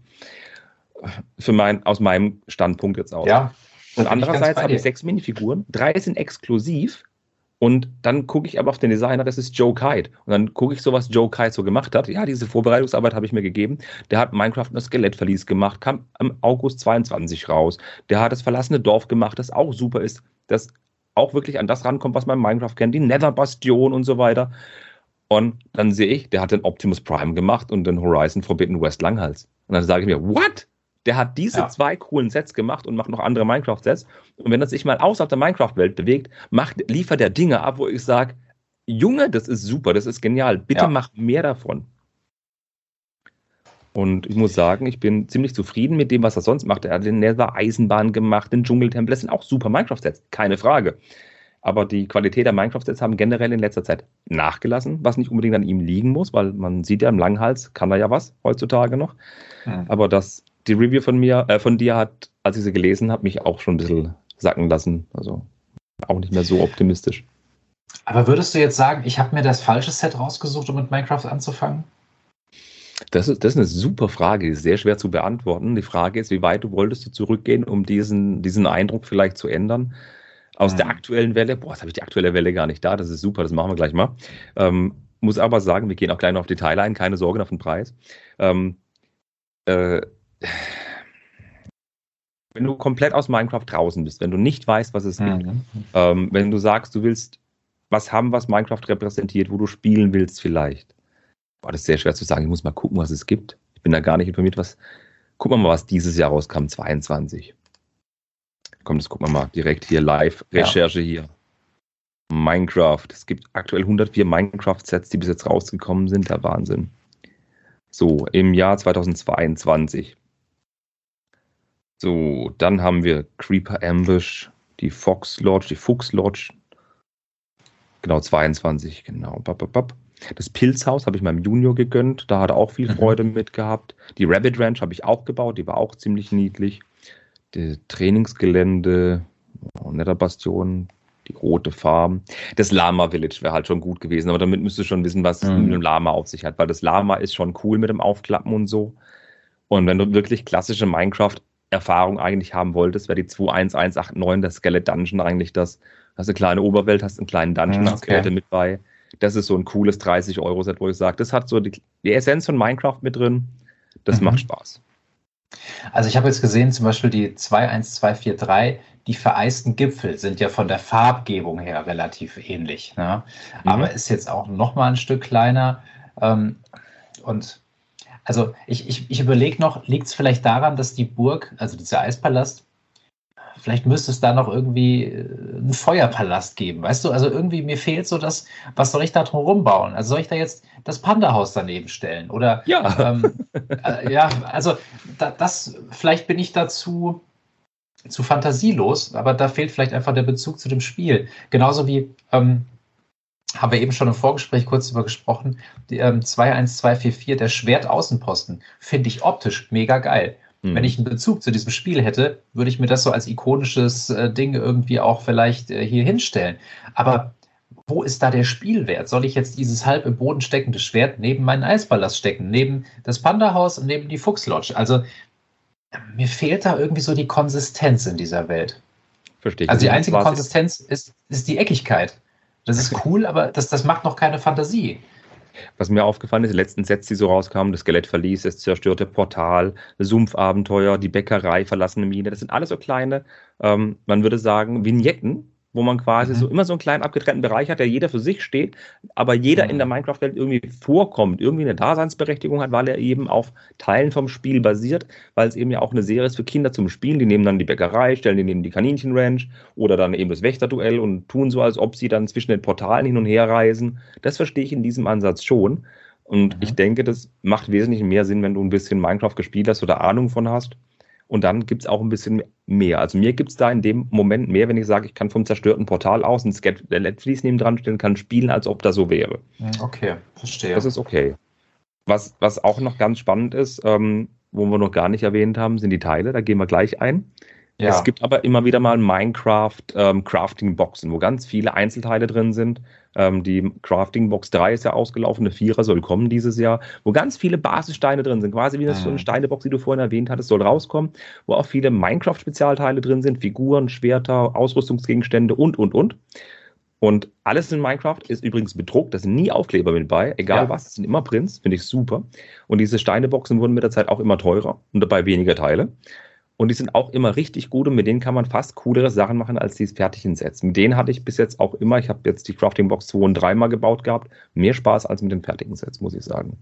Für mein, aus meinem Standpunkt jetzt aus. Ja. Und andererseits habe ich sechs Minifiguren, drei sind exklusiv und dann gucke ich aber auf den Designer, das ist Joe Kite. Und dann gucke ich so, was Joe Kite so gemacht hat. Ja, diese Vorbereitungsarbeit habe ich mir gegeben. Der hat Minecraft das Skelettverlies gemacht, kam im August zweiundzwanzig raus. Der hat das verlassene Dorf gemacht, das auch super ist, das auch wirklich an das rankommt, was man in Minecraft kennt, die Nether-Bastion und so weiter. Und dann sehe ich, der hat den Optimus Prime gemacht und den Horizon Forbidden West Langhals. Und dann sage ich mir, what? Der hat diese ja. zwei coolen Sets gemacht und macht noch andere Minecraft-Sets. Und wenn er sich mal außerhalb der Minecraft-Welt bewegt, macht, liefert er Dinge ab, wo ich sage, Junge, das ist super, das ist genial. Bitte ja. mach mehr davon. Und ich muss sagen, ich bin ziemlich zufrieden mit dem, was er sonst macht. Er hat den Nether-Eisenbahn gemacht, den Dschungeltempel. Das sind auch super Minecraft-Sets, keine Frage. Aber die Qualität der Minecraft-Sets haben generell in letzter Zeit nachgelassen, was nicht unbedingt an ihm liegen muss, weil man sieht ja, im Langhals kann er ja was heutzutage noch. Mhm. Aber das, die Review von mir, äh, von dir hat, als ich sie gelesen habe, mich auch schon ein bisschen sacken lassen. Also auch nicht mehr so optimistisch. Aber würdest du jetzt sagen, ich habe mir das falsche Set rausgesucht, um mit Minecraft anzufangen? Das ist, das ist eine super Frage, die ist sehr schwer zu beantworten. Die Frage ist, wie weit du wolltest du zurückgehen, um diesen, diesen Eindruck vielleicht zu ändern. Aus Mhm. der aktuellen Welle, boah, jetzt habe ich die aktuelle Welle gar nicht da, das ist super, das machen wir gleich mal. Ähm, muss aber sagen, wir gehen auch gleich noch auf Detail ein, keine Sorge auf den Preis. Ähm, äh, wenn du komplett aus Minecraft draußen bist, wenn du nicht weißt, was es gibt, Mhm. ähm, wenn du sagst, du willst was haben, was Minecraft repräsentiert, wo du spielen willst vielleicht. Boah, das ist sehr schwer zu sagen, ich muss mal gucken, was es gibt. Ich bin da gar nicht informiert, was, gucken wir mal, was dieses Jahr rauskam, zweiundzwanzig. Komm, das gucken wir mal direkt hier live, Recherche ja. hier. Minecraft. Es gibt aktuell hundertvier Minecraft-Sets, die bis jetzt rausgekommen sind. Der Wahnsinn. So, im Jahr zweitausendzweiundzwanzig. So, dann haben wir Creeper Ambush, die Fox Lodge, die Fuchs Lodge. Genau, zweiundzwanzig, genau. Das Pilzhaus habe ich meinem Junior gegönnt. Da hat er auch viel Freude mhm. mit gehabt. Die Rabbit Ranch habe ich auch gebaut. Die war auch ziemlich niedlich. Das Trainingsgelände, oh, netter Bastion, die rote Farm. Das Lama Village wäre halt schon gut gewesen, aber damit müsstest du schon wissen, was mhm. mit dem Lama auf sich hat, weil das Lama ist schon cool mit dem Aufklappen und so. Und wenn du wirklich klassische Minecraft-Erfahrung eigentlich haben wolltest, wäre die zwei eins eins acht neun, der Skelet Dungeon eigentlich das. Hast eine kleine Oberwelt, hast einen kleinen Dungeon als okay. mit bei. Das ist so ein cooles dreißig Euro Set, wo ich sage, das hat so die, die Essenz von Minecraft mit drin. Das mhm. macht Spaß. Also ich habe jetzt gesehen, zum Beispiel die zwei eins zwei vier drei, die vereisten Gipfel sind ja von der Farbgebung her relativ ähnlich. Ne? Mhm. Aber ist jetzt auch noch mal ein Stück kleiner. Ähm, und also ich, ich, ich überlege noch, liegt es vielleicht daran, dass die Burg, also dieser Eispalast, vielleicht müsste es da noch irgendwie einen Feuerpalast geben, weißt du? Also irgendwie mir fehlt so das, was soll ich da drum rumbauen? Also soll ich da jetzt das Panda-Haus daneben stellen? Oder ja, ähm, äh, ja, also da, das, vielleicht bin ich dazu zu fantasielos, aber da fehlt vielleicht einfach der Bezug zu dem Spiel. Genauso wie, ähm, haben wir eben schon im Vorgespräch kurz drüber gesprochen, die ähm, zwei eins zwei vier vier, der Schwertaußenposten, finde ich optisch mega geil. Wenn ich einen Bezug zu diesem Spiel hätte, würde ich mir das so als ikonisches äh, Ding irgendwie auch vielleicht äh, hier hinstellen. Aber wo ist da der Spielwert? Soll ich jetzt dieses halb im Boden steckende Schwert neben meinen Eispalast stecken, neben das Panda-Haus und neben die Fuchs-Lodge? Also mir fehlt da irgendwie so die Konsistenz in dieser Welt. Verstehe ich. Also die einzige Konsistenz ist, ist die Eckigkeit. Das ist cool, aber das, das macht noch keine Fantasie. Was mir aufgefallen ist, die letzten Sets, die so rauskamen, das Skelettverlies, das zerstörte Portal, Sumpfabenteuer, die Bäckerei, verlassene Mine, das sind alles so kleine, ähm, man würde sagen, Vignetten, wo man quasi mhm. so immer so einen kleinen abgetrennten Bereich hat, der jeder für sich steht, aber jeder mhm. in der Minecraft-Welt irgendwie vorkommt, irgendwie eine Daseinsberechtigung hat, weil er eben auf Teilen vom Spiel basiert, weil es eben ja auch eine Serie ist für Kinder zum Spielen. Die nehmen dann die Bäckerei, stellen die neben die Kaninchen-Ranch oder dann eben das Wächterduell und tun so, als ob sie dann zwischen den Portalen hin und her reisen. Das verstehe ich in diesem Ansatz schon. Und mhm. ich denke, das macht wesentlich mehr Sinn, wenn du ein bisschen Minecraft gespielt hast oder Ahnung von hast. Und dann gibt es auch ein bisschen mehr. Also mir gibt es da in dem Moment mehr, wenn ich sage, ich kann vom zerstörten Portal aus ein Skelettflies neben dran stellen, kann spielen, als ob das so wäre. Okay, verstehe. Das ist okay. Was, was auch noch ganz spannend ist, ähm, wo wir noch gar nicht erwähnt haben, sind die Teile. Da gehen wir gleich ein. Ja. Es gibt aber immer wieder mal Minecraft ähm, Crafting Boxen, wo ganz viele Einzelteile drin sind. Ähm, die Crafting Box drei ist ja ausgelaufen, eine Vierer soll kommen dieses Jahr, wo ganz viele Basissteine drin sind. Quasi wie das mhm. so eine Steinebox, die du vorhin erwähnt hattest, soll rauskommen, wo auch viele Minecraft-Spezialteile drin sind, Figuren, Schwerter, Ausrüstungsgegenstände und, und, und. Und alles in Minecraft ist übrigens bedruckt, da sind nie Aufkleber mit bei, egal ja. was, es sind immer Prints, finde ich super. Und diese Steineboxen wurden mit der Zeit auch immer teurer und dabei weniger Teile. Und die sind auch immer richtig gut und mit denen kann man fast coolere Sachen machen als die fertigen Sets. Mit denen hatte ich bis jetzt auch immer, ich habe jetzt die Crafting Box zwei und drei mal gebaut gehabt, mehr Spaß als mit den fertigen Sets, muss ich sagen.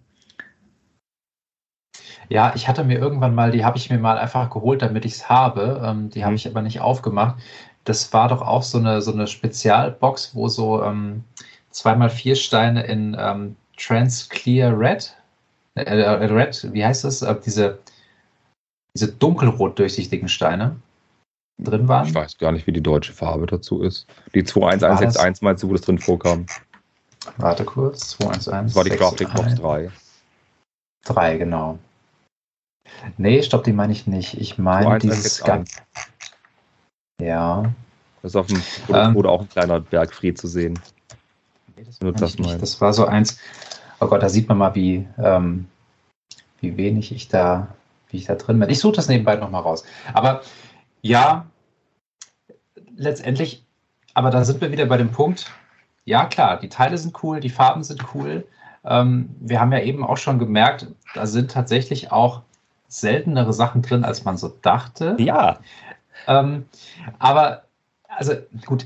Ja, ich hatte mir irgendwann mal, die habe ich mir mal einfach geholt, damit ich es habe. Ähm, die habe ich aber nicht aufgemacht. Das war doch auch so eine, so eine Spezialbox, wo so ähm, zwei mal vier Steine in ähm, Transclear Red, äh, äh, Red, wie heißt das? Äh, diese diese dunkelrot durchsichtigen Steine drin waren. Ich weiß gar nicht, wie die deutsche Farbe dazu ist. Die zwei eins eins sechs eins meinst du, wo das drin vorkam? Warte kurz, zwei eins eins. Das war die Crafting Box drei. drei, genau. Nee, stopp, die meine ich nicht. Ich meine dieses ganz. Ja. Das ist auf dem Produkt wurde ähm, auch ein kleiner Bergfried zu sehen. Nee, das, war das, nicht. Das war so eins. Oh Gott, da sieht man mal, wie, ähm, wie wenig ich da. wie ich da drin bin. Ich suche das nebenbei nochmal raus. Aber ja, letztendlich aber da sind wir wieder bei dem Punkt, ja klar, die Teile sind cool, die Farben sind cool. Ähm, wir haben ja eben auch schon gemerkt, da sind tatsächlich auch seltenere Sachen drin, als man so dachte. Ja. Ähm, aber, also gut,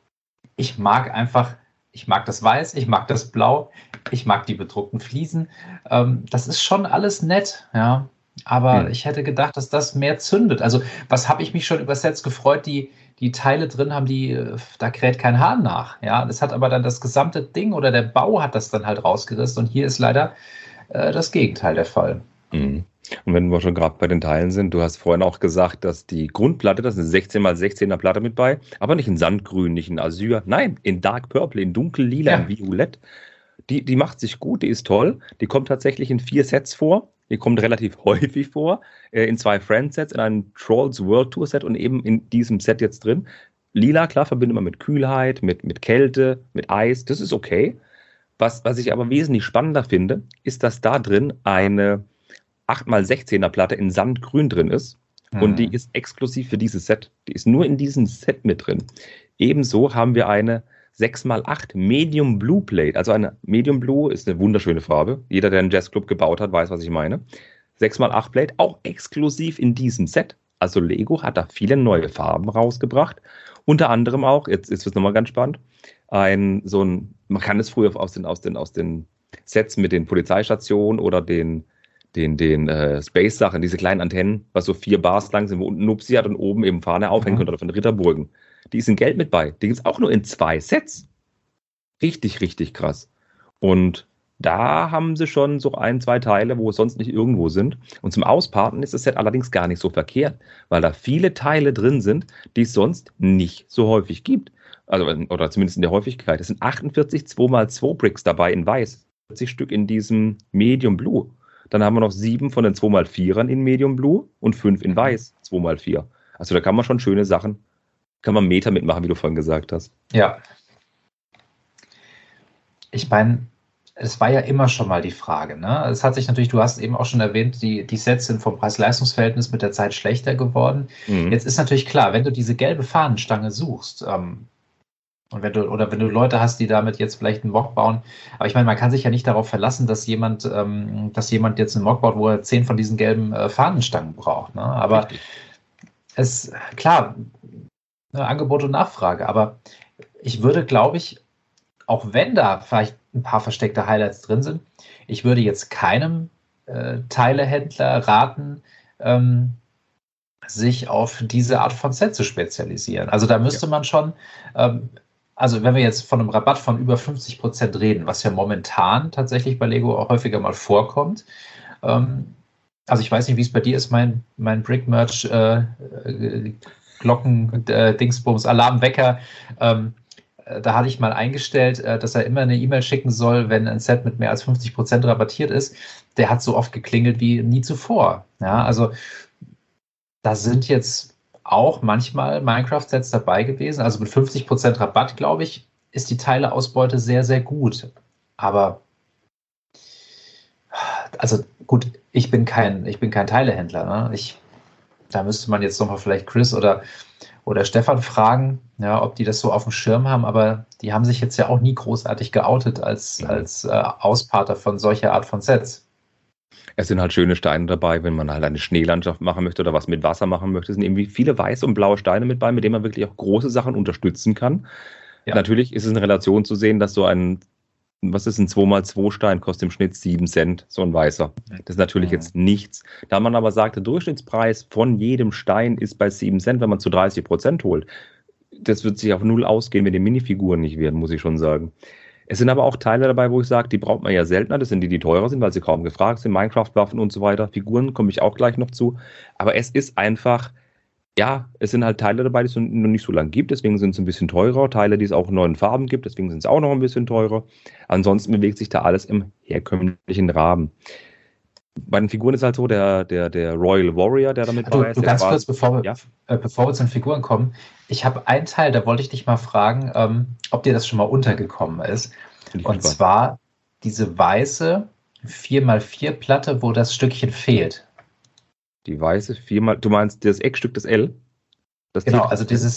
ich mag einfach, ich mag das Weiß, ich mag das Blau, ich mag die bedruckten Fliesen. Ähm, das ist schon alles nett, ja. Aber Hm. ich hätte gedacht, dass das mehr zündet. Also, was habe ich mich schon über Sets gefreut, die die Teile drin haben, die, äh, da kräht kein Hahn nach. Ja, das hat aber dann das gesamte Ding oder der Bau hat das dann halt rausgerissen. Und hier ist leider äh, das Gegenteil der Fall. Mhm. Und wenn wir schon gerade bei den Teilen sind, du hast vorhin auch gesagt, dass die Grundplatte, das ist eine sechzehn mal sechzehner Platte mit bei, aber nicht in Sandgrün, nicht in Azur, nein, in Dark Purple, in Dunkellila, Ja. in Violett. Die, die macht sich gut, die ist toll. Die kommt tatsächlich in vier Sets vor. Die kommt relativ häufig vor, äh, in zwei Friend-Sets, in einem Trolls World Tour Set und eben in diesem Set jetzt drin. Lila, klar, verbindet man mit Kühlheit, mit, mit Kälte, mit Eis, das ist okay. Was, was ich aber wesentlich spannender finde, ist, dass da drin eine acht mal sechzehner Platte in Sandgrün drin ist. Mhm. Und die ist exklusiv für dieses Set. Die ist nur in diesem Set mit drin. Ebenso haben wir eine sechs mal acht Medium Blue Plate. Also eine Medium Blue ist eine wunderschöne Farbe. Jeder, der einen Jazzclub gebaut hat, weiß, was ich meine. sechs mal acht Plate, auch exklusiv in diesem Set. Also Lego hat da viele neue Farben rausgebracht. Unter anderem auch, jetzt, jetzt wird es nochmal ganz spannend, ein so ein, man kann es früher aus den, aus den, aus den Sets mit den Polizeistationen oder den den, den äh, Space-Sachen, diese kleinen Antennen, was so vier Bars lang sind, wo unten Nupsi hat und oben eben Fahne aufhängen Mhm. könnte oder von Ritterburgen. Die ist in Geld mit bei. Die gibt es auch nur in zwei Sets. Richtig, richtig krass. Und da haben sie schon so ein, zwei Teile, wo es sonst nicht irgendwo sind. Und zum Ausparten ist das Set allerdings gar nicht so verkehrt, weil da viele Teile drin sind, die es sonst nicht so häufig gibt. Also, oder zumindest in der Häufigkeit. Es sind achtundvierzig zwei mal zwei Bricks dabei in Weiß. vierzig Stück in diesem Medium Blue. Dann haben wir noch sieben von den zwei mal vierern in Medium Blue und fünf in Weiß, zwei mal vier. Also da kann man schon schöne Sachen, kann man Meter mitmachen, wie du vorhin gesagt hast. Ja. Ich meine, es war ja immer schon mal die Frage, ne? Es hat sich natürlich, du hast eben auch schon erwähnt, die, die Sets sind vom Preis-Leistungs-Verhältnis mit der Zeit schlechter geworden. Mhm. Jetzt ist natürlich klar, wenn du diese gelbe Fahnenstange suchst, ähm, und wenn du, oder wenn du Leute hast, die damit jetzt vielleicht einen Mock bauen, aber ich meine, man kann sich ja nicht darauf verlassen, dass jemand, ähm, dass jemand jetzt einen Mock baut, wo er zehn von diesen gelben äh, Fahnenstangen braucht. Ne? Aber Richtig. es, klar, ne, Angebot und Nachfrage, aber ich würde, glaube ich, auch wenn da vielleicht ein paar versteckte Highlights drin sind, ich würde jetzt keinem äh, Teilehändler raten, ähm, sich auf diese Art von Set zu spezialisieren. Also da müsste Ja. man schon, ähm, also wenn wir jetzt von einem Rabatt von über fünfzig Prozent reden, was ja momentan tatsächlich bei Lego auch häufiger mal vorkommt. Ähm, also ich weiß nicht, wie es bei dir ist, mein, mein Brick-Merch, äh, äh, Glocken, äh, Dingsbums, Alarmwecker, ähm, äh, da hatte ich mal eingestellt, äh, dass er immer eine E-Mail schicken soll, wenn ein Set mit mehr als fünfzig Prozent rabattiert ist. Der hat so oft geklingelt wie nie zuvor. Ja, also da sind jetzt auch manchmal Minecraft-Sets dabei gewesen. Also mit fünfzig Prozent Rabatt, glaube ich, ist die Teileausbeute sehr, sehr gut. Aber, also gut, ich bin kein, ich bin kein Teilehändler. Ne? Ich, da müsste man jetzt nochmal vielleicht Chris oder, oder Stefan fragen, ja, ob die das so auf dem Schirm haben. Aber die haben sich jetzt ja auch nie großartig geoutet als, als äh, Ausparter von solcher Art von Sets. Es sind halt schöne Steine dabei, wenn man halt eine Schneelandschaft machen möchte oder was mit Wasser machen möchte. Es sind irgendwie viele weiße und blaue Steine mit bei, mit denen man wirklich auch große Sachen unterstützen kann. Ja. Natürlich ist es in Relation zu sehen, dass so ein, was ist ein zwei mal zwei Stein, kostet im Schnitt sieben Cent, so ein weißer. Das ist natürlich Mhm. jetzt nichts. Da man aber sagt, der Durchschnittspreis von jedem Stein ist bei sieben Cent, wenn man zu dreißig Prozent holt. Das wird sich auf null ausgehen, wenn die Minifiguren nicht werden, muss ich schon sagen. Es sind aber auch Teile dabei, wo ich sage, die braucht man ja seltener. Das sind die, die teurer sind, weil sie kaum gefragt sind. Minecraft-Waffen und so weiter. Figuren komme ich auch gleich noch zu. Aber es ist einfach, ja, es sind halt Teile dabei, die es noch nicht so lange gibt. Deswegen sind es ein bisschen teurer. Teile, die es auch in neuen Farben gibt. Deswegen sind es auch noch ein bisschen teurer. Ansonsten bewegt sich da alles im herkömmlichen Rahmen. Bei den Figuren ist halt so, der, der, der Royal Warrior, der damit Du, dabei ist. du der ganz war- kurz, bevor wir, Ja? äh, bevor wir zu den Figuren kommen, ich habe einen Teil, da wollte ich dich mal fragen, ähm, ob dir das schon mal untergekommen ist. Bin ich Und gespannt. zwar diese weiße vier mal vier Platte, wo das Stückchen fehlt. Die weiße viermal, du meinst das Eckstück des L? Das Genau, T- also dieses,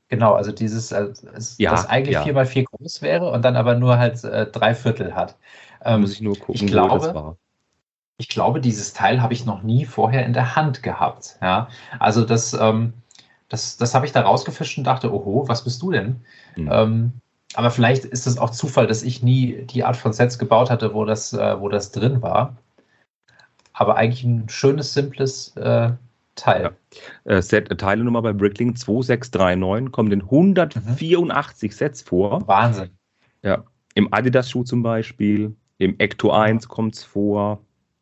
Genau, also dieses, also es, Ja, das eigentlich ja. vier mal vier groß wäre und dann aber nur halt äh, drei Viertel hat. Ähm, Muss ich nur gucken, ich wo glaube, das war. ich glaube, dieses Teil habe ich noch nie vorher in der Hand gehabt. Ja, also das, ähm, das, das habe ich da rausgefischt und dachte, oho, was bist du denn? Hm. Ähm, aber vielleicht ist es auch Zufall, dass ich nie die Art von Sets gebaut hatte, wo das, äh, wo das drin war. Aber eigentlich ein schönes, simples äh, Teil. Ja. Äh, Set, äh, Teilenummer bei Bricklink zwei sechs drei neun, kommt in hundertvierundachtzig Sets vor. Wahnsinn. Ja. Im Adidas-Schuh zum Beispiel, im Ecto eins kommt es vor,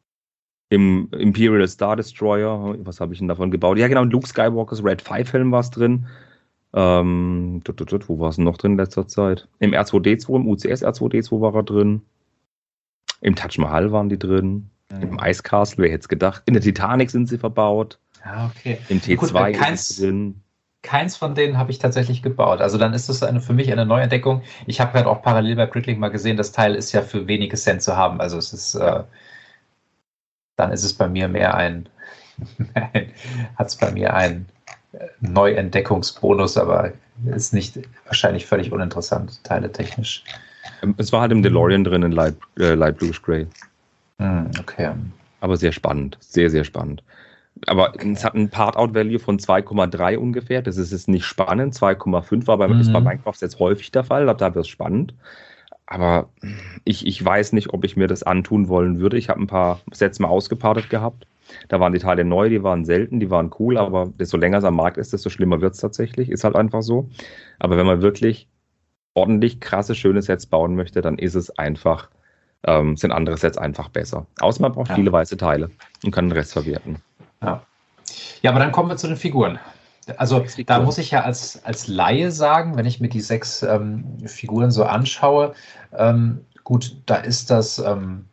im Imperial Star Destroyer, was habe ich denn davon gebaut? Ja genau, in Luke Skywalkers Red fünf Helm war es drin. Ähm, tut, tut, tut, wo war es noch drin in letzter Zeit? Im R zwei D zwei, im U C S R zwei D zwei war er drin. Im Taj Mahal waren die drin. Mhm. Im Ice Castle, wer hätte es gedacht? In der Titanic sind sie verbaut. Ja, okay. Im T zwei Gut, keins, ist es drin. Keins von denen habe ich tatsächlich gebaut. Also dann ist es eine, für mich eine Neuentdeckung. Ich habe gerade auch parallel bei Bricklink mal gesehen, das Teil ist ja für wenige Cent zu haben. Also es ist, äh, dann ist es bei mir mehr ein, hat es bei mir einen Neuentdeckungsbonus, aber ist nicht wahrscheinlich völlig uninteressant, Teile technisch. Es war halt im DeLorean drin in Light, äh, Light Bluish Grey. Hm, okay. Aber sehr spannend, sehr, sehr spannend. Aber okay. Es hat ein Part-Out-Value von zwei Komma drei ungefähr. Das ist jetzt nicht spannend. zwei Komma fünf war bei, mhm. ist bei Minecraft jetzt häufig der Fall. Da wird es spannend. Aber ich, ich weiß nicht, ob ich mir das antun wollen würde. Ich habe ein paar Sets mal ausgepartet gehabt. Da waren die Teile neu, die waren selten, die waren cool. Aber desto länger es am Markt ist, desto schlimmer wird es tatsächlich. Ist halt einfach so. Aber wenn man wirklich ordentlich krasse, schöne Sets bauen möchte, dann ist es einfach, ähm, sind andere Sets einfach besser. Außer man braucht ja. viele weiße Teile und kann den Rest verwerten. Ja. ja, aber dann kommen wir zu den Figuren. Also da muss ich ja als, als Laie sagen, wenn ich mir die sechs ähm, Figuren so anschaue, ähm, gut, da ist das, ähm,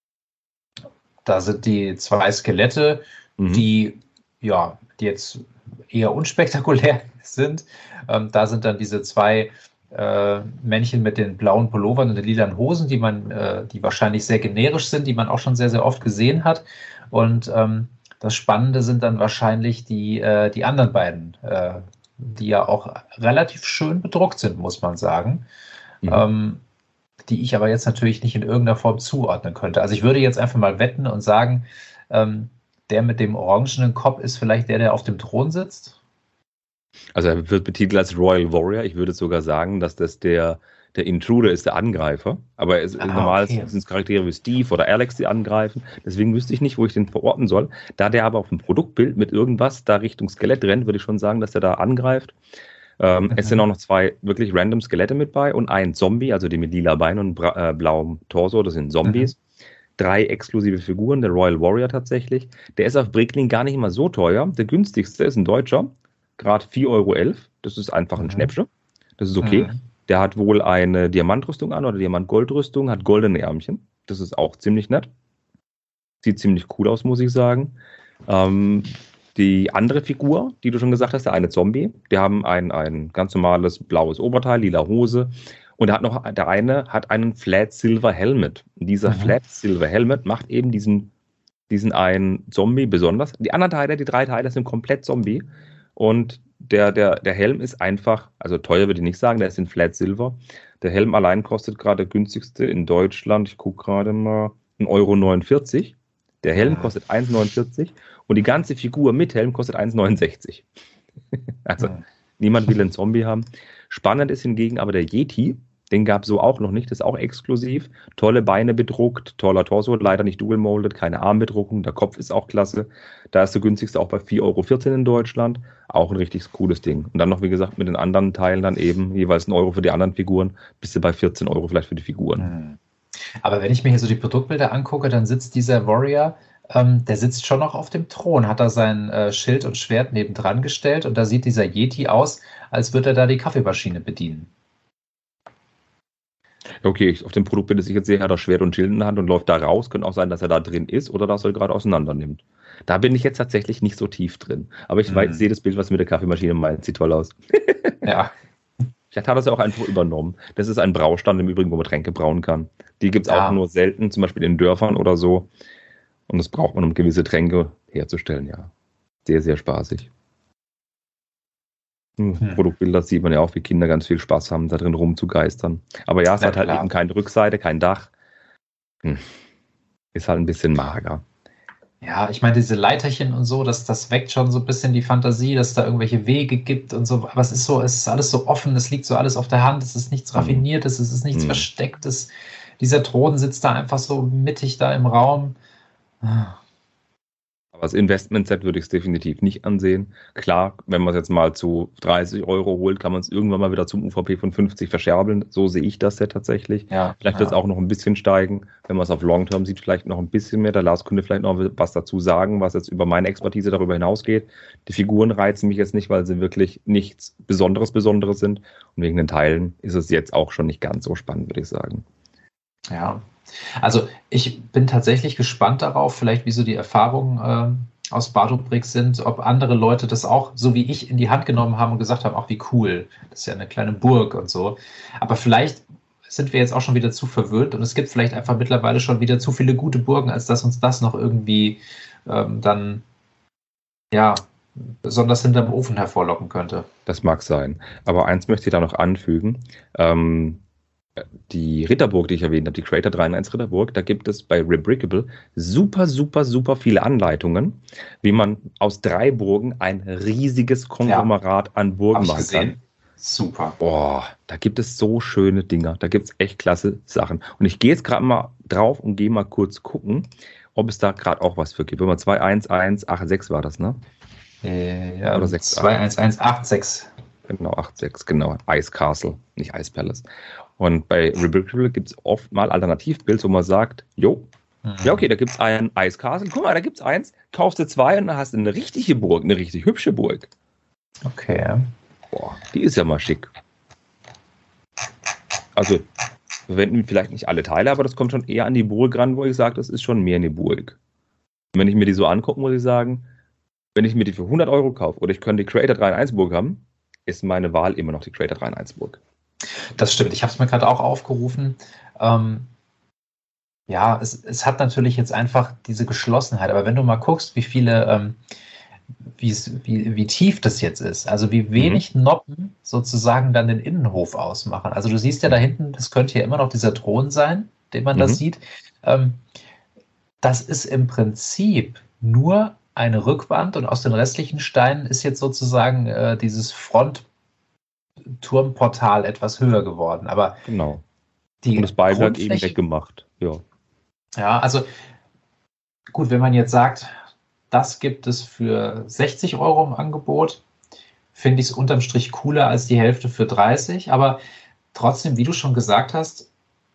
da sind die zwei Skelette, mhm. die ja, die jetzt eher unspektakulär sind. Ähm, da sind dann diese zwei äh, Männchen mit den blauen Pullovern und den lilanen Hosen, die man, äh, die wahrscheinlich sehr generisch sind, die man auch schon sehr, sehr oft gesehen hat. Und ähm, das Spannende sind dann wahrscheinlich die, äh, die anderen beiden, äh, die ja auch relativ schön bedruckt sind, muss man sagen. Mhm. Ähm, die ich aber jetzt natürlich nicht in irgendeiner Form zuordnen könnte. Also ich würde jetzt einfach mal wetten und sagen, ähm, der mit dem orangenen Kopf ist vielleicht der, der auf dem Thron sitzt. Also er wird betitelt als Royal Warrior. Ich würde sogar sagen, dass das der, der Intruder ist, der Angreifer. Aber es, ah, normal okay. sind es Charaktere wie Steve oder Alex, die angreifen. Deswegen wüsste ich nicht, wo ich den verorten soll. Da der aber auf dem Produktbild mit irgendwas da Richtung Skelett rennt, würde ich schon sagen, dass der da angreift. Ähm, mhm. Es sind auch noch zwei wirklich random Skelette mit bei und ein Zombie, also die mit lila Beinen und bra- äh, blauem Torso, das sind Zombies. Mhm. Drei exklusive Figuren, der Royal Warrior tatsächlich. Der ist auf Bricklink gar nicht immer so teuer. Der günstigste ist ein Deutscher, gerade vier Euro elf. Das ist einfach ein mhm. Schnäppchen. Das ist okay. Mhm. Der hat wohl eine Diamantrüstung an oder Diamant-Goldrüstung, hat goldene Ärmchen. Das ist auch ziemlich nett. Sieht ziemlich cool aus, muss ich sagen. Ähm, die andere Figur, die du schon gesagt hast, der eine Zombie, die haben ein, ein ganz normales blaues Oberteil, lila Hose. Und der, hat noch, der eine hat einen Flat Silver Helmet. Und dieser mhm. Flat Silver Helmet macht eben diesen, diesen einen Zombie besonders. Die anderen Teile, die drei Teile sind komplett Zombie. Und der, der, der Helm ist einfach, also teuer würde ich nicht sagen, der ist in Flat Silver. Der Helm allein kostet gerade der günstigste in Deutschland, ich gucke gerade mal, ein Euro neunundvierzig. Der Helm ja. kostet eins neunundvierzig und die ganze Figur mit Helm kostet eins neunundsechzig. Also ja. niemand will einen Zombie haben. Spannend ist hingegen aber der Yeti. Den gab es so auch noch nicht, das ist auch exklusiv. Tolle Beine bedruckt, toller Torso, leider nicht dual-molded, keine Armbedruckung, der Kopf ist auch klasse. Da ist der günstigste auch bei vier Euro vierzehn in Deutschland. Auch ein richtig cooles Ding. Und dann noch, wie gesagt, mit den anderen Teilen dann eben jeweils ein Euro für die anderen Figuren, bist du bei vierzehn Euro vielleicht für die Figuren. Aber wenn ich mir hier so die Produktbilder angucke, dann sitzt dieser Warrior, ähm, der sitzt schon noch auf dem Thron, hat da sein äh, Schild und Schwert nebendran gestellt und da sieht dieser Yeti aus, als würde er da die Kaffeemaschine bedienen. Okay, auf dem Produktbild, das ich jetzt sehe, hat er Schwert und Schild in der Hand und läuft da raus. Könnte auch sein, dass er da drin ist oder dass er gerade auseinander nimmt. Da bin ich jetzt tatsächlich nicht so tief drin. Aber ich mhm. weiß, sehe das Bild, was du mit der Kaffeemaschine meint. Sieht toll aus. Ja. Vielleicht hat er es ja auch einfach übernommen. Das ist ein Braustand im Übrigen, wo man Tränke brauen kann. Die gibt es ja. auch nur selten, zum Beispiel in Dörfern oder so. Und das braucht man, um gewisse Tränke herzustellen, ja. Sehr, sehr spaßig. Hm. Produktbilder sieht man ja auch, wie Kinder ganz viel Spaß haben, da drin rumzugeistern. Aber ja, es Ja, hat halt klar. eben keine Rückseite, kein Dach. Hm. Ist halt ein bisschen mager. Ja, ich meine, diese Leiterchen und so, das, das weckt schon so ein bisschen die Fantasie, dass da irgendwelche Wege gibt und so. Aber es ist so, es ist alles so offen, es liegt so alles auf der Hand, es ist nichts Mhm. Raffiniertes, es ist nichts Mhm. Verstecktes. Dieser Thron sitzt da einfach so mittig da im Raum. Aber das Investment-Set würde ich es definitiv nicht ansehen. Klar, wenn man es jetzt mal zu dreißig Euro holt, kann man es irgendwann mal wieder zum U V P von fünfzig verscherbeln. So sehe ich das Set tatsächlich. Ja, Vielleicht wird es ja. auch noch ein bisschen steigen. Wenn man es auf Long-Term sieht, vielleicht noch ein bisschen mehr. Der Lars könnte vielleicht noch was dazu sagen, was jetzt über meine Expertise darüber hinausgeht. Die Figuren reizen mich jetzt nicht, weil sie wirklich nichts Besonderes Besonderes sind. Und wegen den Teilen ist es jetzt auch schon nicht ganz so spannend, würde ich sagen. Ja, also ich bin tatsächlich gespannt darauf, vielleicht wie so die Erfahrungen ähm, aus Bardo-Bricks sind, ob andere Leute das auch, so wie ich, in die Hand genommen haben und gesagt haben, ach wie cool, das ist ja eine kleine Burg und so. Aber vielleicht sind wir jetzt auch schon wieder zu verwöhnt und es gibt vielleicht einfach mittlerweile schon wieder zu viele gute Burgen, als dass uns das noch irgendwie ähm, dann, ja, besonders hinterm Ofen hervorlocken könnte. Das mag sein. Aber eins möchte ich da noch anfügen. Ähm, die Ritterburg, die ich erwähnt habe, die Creator drei eins Ritterburg, da gibt es bei Rebrickable super, super, super viele Anleitungen, wie man aus drei Burgen ein riesiges Konglomerat an Burgen Hab ich machen gesehen. kann. Super. Boah, da gibt es so schöne Dinger. Da gibt es echt klasse Sachen. Und ich gehe jetzt gerade mal drauf und gehe mal kurz gucken, ob es da gerade auch was für gibt. Wenn man zwei eins eins acht sechs war das, ne? Äh, ja, Oder sechs, zwei eins eins acht sechs. Genau, acht sechs, genau. Ice Castle, nicht Ice Palace. Und bei Rebrickable gibt es oft mal Alternativbuilds, wo man sagt, jo, ja okay, da gibt es ein Ice Castle. Guck mal, da gibt es eins. Kaufst du zwei und dann hast du eine richtige Burg, eine richtig hübsche Burg. Okay. Boah, die ist ja mal schick. Also, wir verwenden vielleicht nicht alle Teile, aber das kommt schon eher an die Burg ran, wo ich sage, das ist schon mehr eine Burg. Und wenn ich mir die so angucke, muss ich sagen, wenn ich mir die für hundert Euro kaufe oder ich könnte die Creator drei eins Burg haben, ist meine Wahl immer noch die Creator drei eins Burg. Das stimmt. Ich habe es mir gerade auch aufgerufen. Ähm, ja, es, es hat natürlich jetzt einfach diese Geschlossenheit. Aber wenn du mal guckst, wie viele, ähm, wie's, wie, wie tief das jetzt ist, also wie wenig mhm. Noppen sozusagen dann den Innenhof ausmachen. Also du siehst ja da hinten, das könnte ja immer noch dieser Thron sein, den man mhm. da sieht. Ähm, das ist im Prinzip nur eine Rückwand und aus den restlichen Steinen ist jetzt sozusagen äh, dieses Front-Turmportal etwas höher geworden. Aber genau. Die und das Beiwerk eben weggemacht. Ja. Ja, also gut, wenn man jetzt sagt, das gibt es für sechzig Euro im Angebot, finde ich es unterm Strich cooler als die Hälfte für dreißig. Aber trotzdem, wie du schon gesagt hast,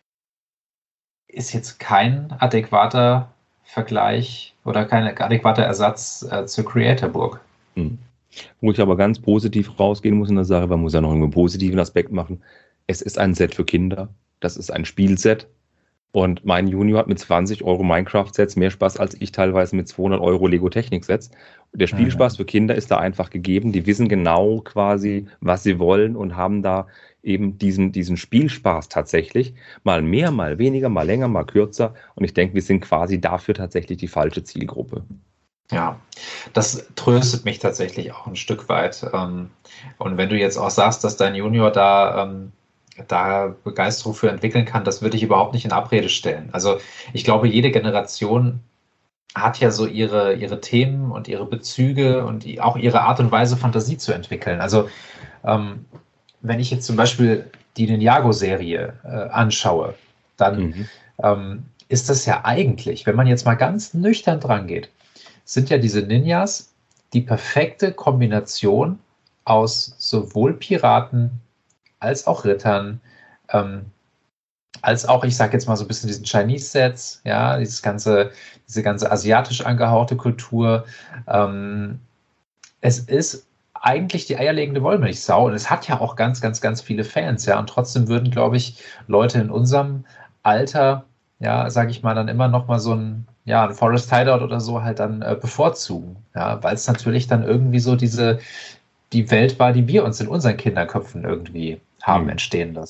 ist jetzt kein adäquater Vergleich oder kein adäquater Ersatz äh, zur Creator-Burg. Hm. Wo ich aber ganz positiv rausgehen muss in der Sache, man muss ja noch einen positiven Aspekt machen. Es ist ein Set für Kinder. Das ist ein Spielset. Und mein Junior hat mit zwanzig Euro Minecraft-Sets mehr Spaß als ich teilweise mit zweihundert Euro Lego-Technik-Sets. Der Spielspaß mhm. für Kinder ist da einfach gegeben. Die wissen genau quasi, was sie wollen und haben da eben diesen, diesen Spielspaß tatsächlich. Mal mehr, mal weniger, mal länger, mal kürzer. Und ich denke, wir sind quasi dafür tatsächlich die falsche Zielgruppe. Ja, das tröstet mich tatsächlich auch ein Stück weit. Und wenn du jetzt auch sagst, dass dein Junior da... da Begeisterung für entwickeln kann, das würde ich überhaupt nicht in Abrede stellen. Also ich glaube, jede Generation hat ja so ihre, ihre Themen und ihre Bezüge und auch ihre Art und Weise, Fantasie zu entwickeln. Also ähm, wenn ich jetzt zum Beispiel die Ninjago-Serie äh, anschaue, dann mhm. ähm, ist das ja eigentlich, wenn man jetzt mal ganz nüchtern dran geht, sind ja diese Ninjas die perfekte Kombination aus sowohl Piraten als auch Rittern, ähm, als auch, ich sage jetzt mal so ein bisschen diesen Chinese-Sets, ja, dieses ganze, diese ganze asiatisch angehauchte Kultur. Ähm, es ist eigentlich die eierlegende Wollmilchsau und es hat ja auch ganz, ganz, ganz viele Fans, ja, und trotzdem würden, glaube ich, Leute in unserem Alter, ja, sage ich mal, dann immer noch mal so ein, ja, ein Forest Hideout oder so halt dann äh, bevorzugen, ja, weil es natürlich dann irgendwie so diese, die Welt war, die wir uns in unseren Kinderköpfen irgendwie haben entstehen lassen.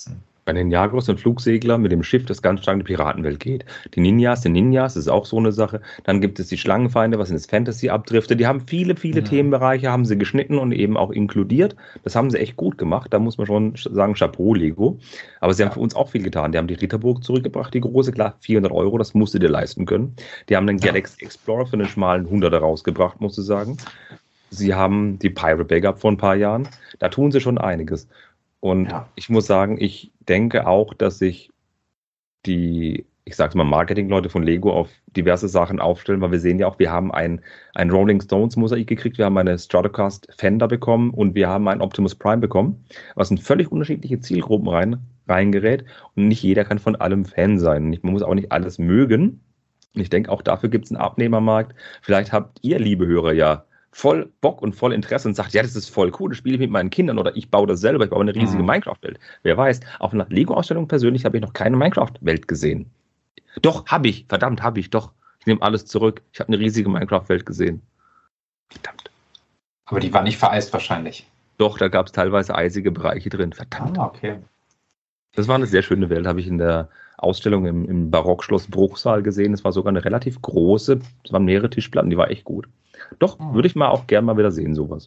Bei den Ninjagos ein Flugsegler mit dem Schiff, das ganz stark in die Piratenwelt geht. Die Ninjas sind Ninjas, das ist auch so eine Sache. Dann gibt es die Schlangenfeinde, was in das Fantasy abdriftet. Die haben viele, viele mhm. Themenbereiche, haben sie geschnitten und eben auch inkludiert. Das haben sie echt gut gemacht. Da muss man schon sagen, Chapeau, Lego. Aber sie haben für uns auch viel getan. Die haben die Ritterburg zurückgebracht, die große, klar, vierhundert Euro, das musst du dir leisten können. Die haben den ja. Galaxy Explorer für einen schmalen Hunderter rausgebracht, musst du sagen. Sie haben die Pirate Bay gehabt vor ein paar Jahren. Da tun sie schon einiges. Und ja. ich muss sagen, ich denke auch, dass sich die, ich sag's mal, Marketingleute von Lego auf diverse Sachen aufstellen, weil wir sehen ja auch, wir haben ein, ein Rolling Stones Mosaik gekriegt, wir haben eine Stratocaster Fender bekommen und wir haben ein Optimus Prime bekommen, was in völlig unterschiedliche Zielgruppen rein, reingerät und nicht jeder kann von allem Fan sein. Nicht, man muss auch nicht alles mögen. Und ich denke, auch dafür gibt es einen Abnehmermarkt. Vielleicht habt ihr, liebe Hörer, ja voll Bock und voll Interesse und sagt, ja, das ist voll cool, das spiele ich mit meinen Kindern oder ich baue das selber, ich baue eine riesige mhm. Minecraft-Welt. Wer weiß, auf einer Lego-Ausstellung persönlich habe ich noch keine Minecraft-Welt gesehen. Doch, habe ich, verdammt, habe ich, doch. Ich nehme alles zurück. Ich habe eine riesige Minecraft-Welt gesehen. Verdammt. Aber die war nicht vereist wahrscheinlich. Doch, da gab es teilweise eisige Bereiche drin, verdammt. Ah, okay. Das war eine sehr schöne Welt, habe ich in der Ausstellung im, im Barockschloss Bruchsal gesehen. Es war sogar eine relativ große, es waren mehrere Tischplatten, die war echt gut. Doch, hm. würde ich mal auch gerne mal wieder sehen, sowas.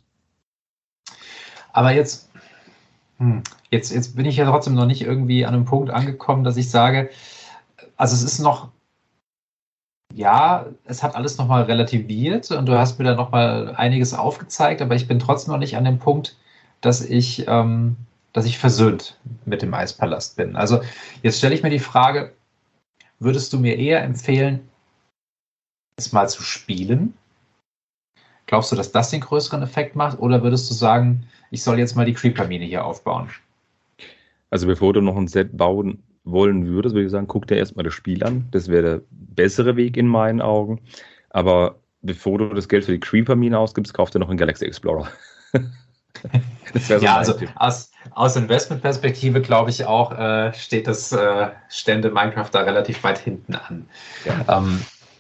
Aber jetzt, hm, jetzt, jetzt bin ich ja trotzdem noch nicht irgendwie an einem Punkt angekommen, dass ich sage, also es ist noch, ja, es hat alles nochmal relativiert und du hast mir da nochmal einiges aufgezeigt, aber ich bin trotzdem noch nicht an dem Punkt, dass ich, ähm, dass ich versöhnt mit dem Eispalast bin. Also jetzt stelle ich mir die Frage, würdest du mir eher empfehlen, es mal zu spielen? Glaubst du, dass das den größeren Effekt macht? Oder würdest du sagen, ich soll jetzt mal die Creeper-Mine hier aufbauen? Also bevor du noch ein Set bauen wollen würdest, würde ich sagen, guck dir erstmal das Spiel an. Das wäre der bessere Weg in meinen Augen. Aber bevor du das Geld für die Creeper-Mine ausgibst, kauf dir noch einen Galaxy Explorer. Das wäre so ja, also aus, aus Investmentperspektive glaube ich auch, äh, steht das äh, Stände Minecraft da relativ weit hinten an. Ja. Ähm,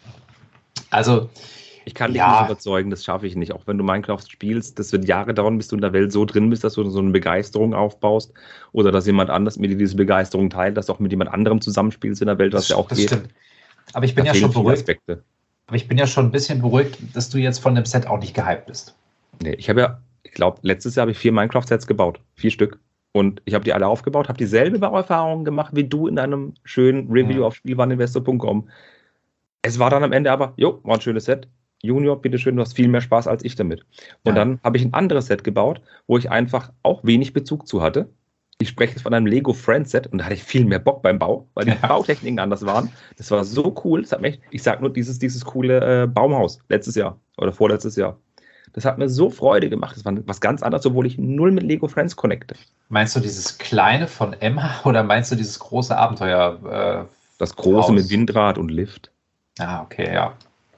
also Ich kann dich ja. nicht überzeugen, das schaffe ich nicht. Auch wenn du Minecraft spielst, das wird Jahre dauern, bis du in der Welt so drin bist, dass du so eine Begeisterung aufbaust oder dass jemand anders mit dir diese Begeisterung teilt, dass du auch mit jemand anderem zusammenspielst in der Welt, was das, ja auch das geht. Stimmt. Aber ich bin da ja schon beruhigt. Aspekte. Aber ich bin ja schon ein bisschen beruhigt, dass du jetzt von dem Set auch nicht gehypt bist. Nee, ich habe ja, ich glaube, letztes Jahr habe ich vier Minecraft-Sets gebaut. Vier Stück. Und ich habe die alle aufgebaut, habe dieselbe Bauerfahrung gemacht wie du in deinem schönen Review ja. auf Spielwareninvestor punkt com. Es war dann am Ende aber, jo, war ein schönes Set. Junior, bitteschön, du hast viel mehr Spaß als ich damit. Und ja. dann habe ich ein anderes Set gebaut, wo ich einfach auch wenig Bezug zu hatte. Ich spreche jetzt von einem Lego Friends Set und da hatte ich viel mehr Bock beim Bau, weil die ja. Bautechniken anders waren. Das war so cool. Das hat mich, ich sag nur dieses, dieses coole äh, Baumhaus letztes Jahr oder vorletztes Jahr. Das hat mir so Freude gemacht. Das war was ganz anderes, obwohl ich null mit Lego Friends connecte. Meinst du dieses kleine von Emma oder meinst du dieses große Abenteuer? Äh, das große Haus? Mit Windrad und Lift. Ah, okay, ja.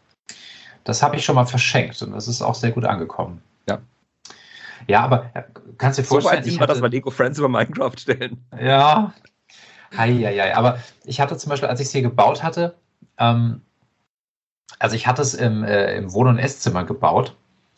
Das habe ich schon mal verschenkt und das ist auch sehr gut angekommen. Ja. Ja, aber kannst du dir vorstellen, so weit sind wir, dass wir Lego Friends über Minecraft stellen. Ja. Eieiei. Aber ich hatte zum Beispiel, als ich es hier gebaut hatte, ähm, also ich hatte es im, äh, im Wohn- und Esszimmer gebaut.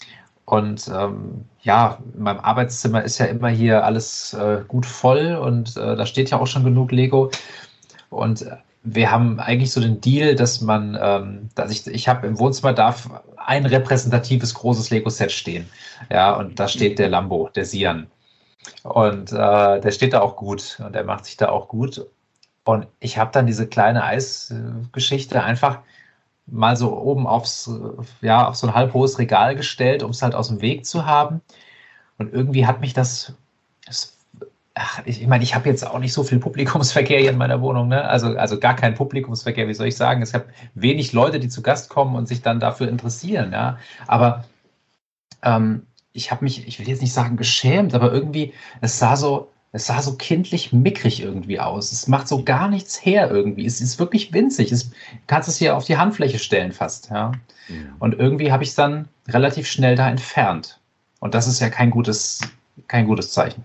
Und ähm, ja, in meinem Arbeitszimmer ist ja immer hier alles äh, gut voll und äh, da steht ja auch schon genug Lego. Und äh, wir haben eigentlich so den Deal, dass man, ähm, dass ich, ich habe im Wohnzimmer darf ein repräsentatives großes Lego-Set stehen. Ja, und da steht der Lambo, der Sian. Und äh, der steht da auch gut und der macht sich da auch gut. Und ich habe dann diese kleine Eisgeschichte einfach mal so oben aufs, ja, auf so ein halb hohes Regal gestellt, um es halt aus dem Weg zu haben. Und irgendwie hat mich das, das ach, ich, ich meine, ich habe jetzt auch nicht so viel Publikumsverkehr hier in meiner Wohnung, ne? Also, also gar kein Publikumsverkehr, wie soll ich sagen? Es gibt wenig Leute, die zu Gast kommen und sich dann dafür interessieren, ja. Aber ähm, ich habe mich, ich will jetzt nicht sagen geschämt, aber irgendwie, es sah so, es sah so kindlich mickrig irgendwie aus. Es macht so gar nichts her irgendwie. Es ist wirklich winzig. Es, du kannst es hier auf die Handfläche stellen fast, ja. Mhm. Und irgendwie habe ich es dann relativ schnell da entfernt. Und das ist ja kein gutes, kein gutes Zeichen.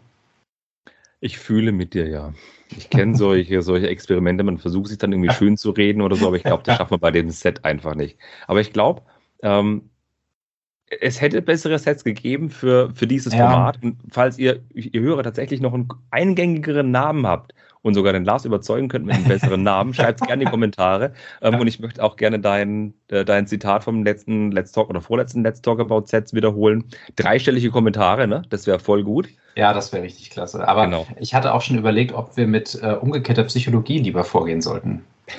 Ich fühle mit dir, ja. Ich kenne solche, solche Experimente, man versucht sich dann irgendwie schön zu reden oder so, aber ich glaube, das schafft man bei dem Set einfach nicht. Aber ich glaube, ähm, Es hätte bessere Sets gegeben für, für dieses Ja. Format. Und falls ihr, ihr Hörer tatsächlich noch einen eingängigeren Namen habt und sogar den Lars überzeugen könnt mit einem besseren Namen, schreibt es gerne in die Kommentare. Ähm, Ja. Und ich möchte auch gerne dein, äh, dein Zitat vom letzten Let's Talk oder vorletzten Let's Talk About Sets wiederholen. Dreistellige Kommentare, ne? Das wäre voll gut. Ja, das wäre richtig klasse. Aber Genau. ich hatte auch schon überlegt, ob wir mit äh, umgekehrter Psychologie lieber vorgehen sollten.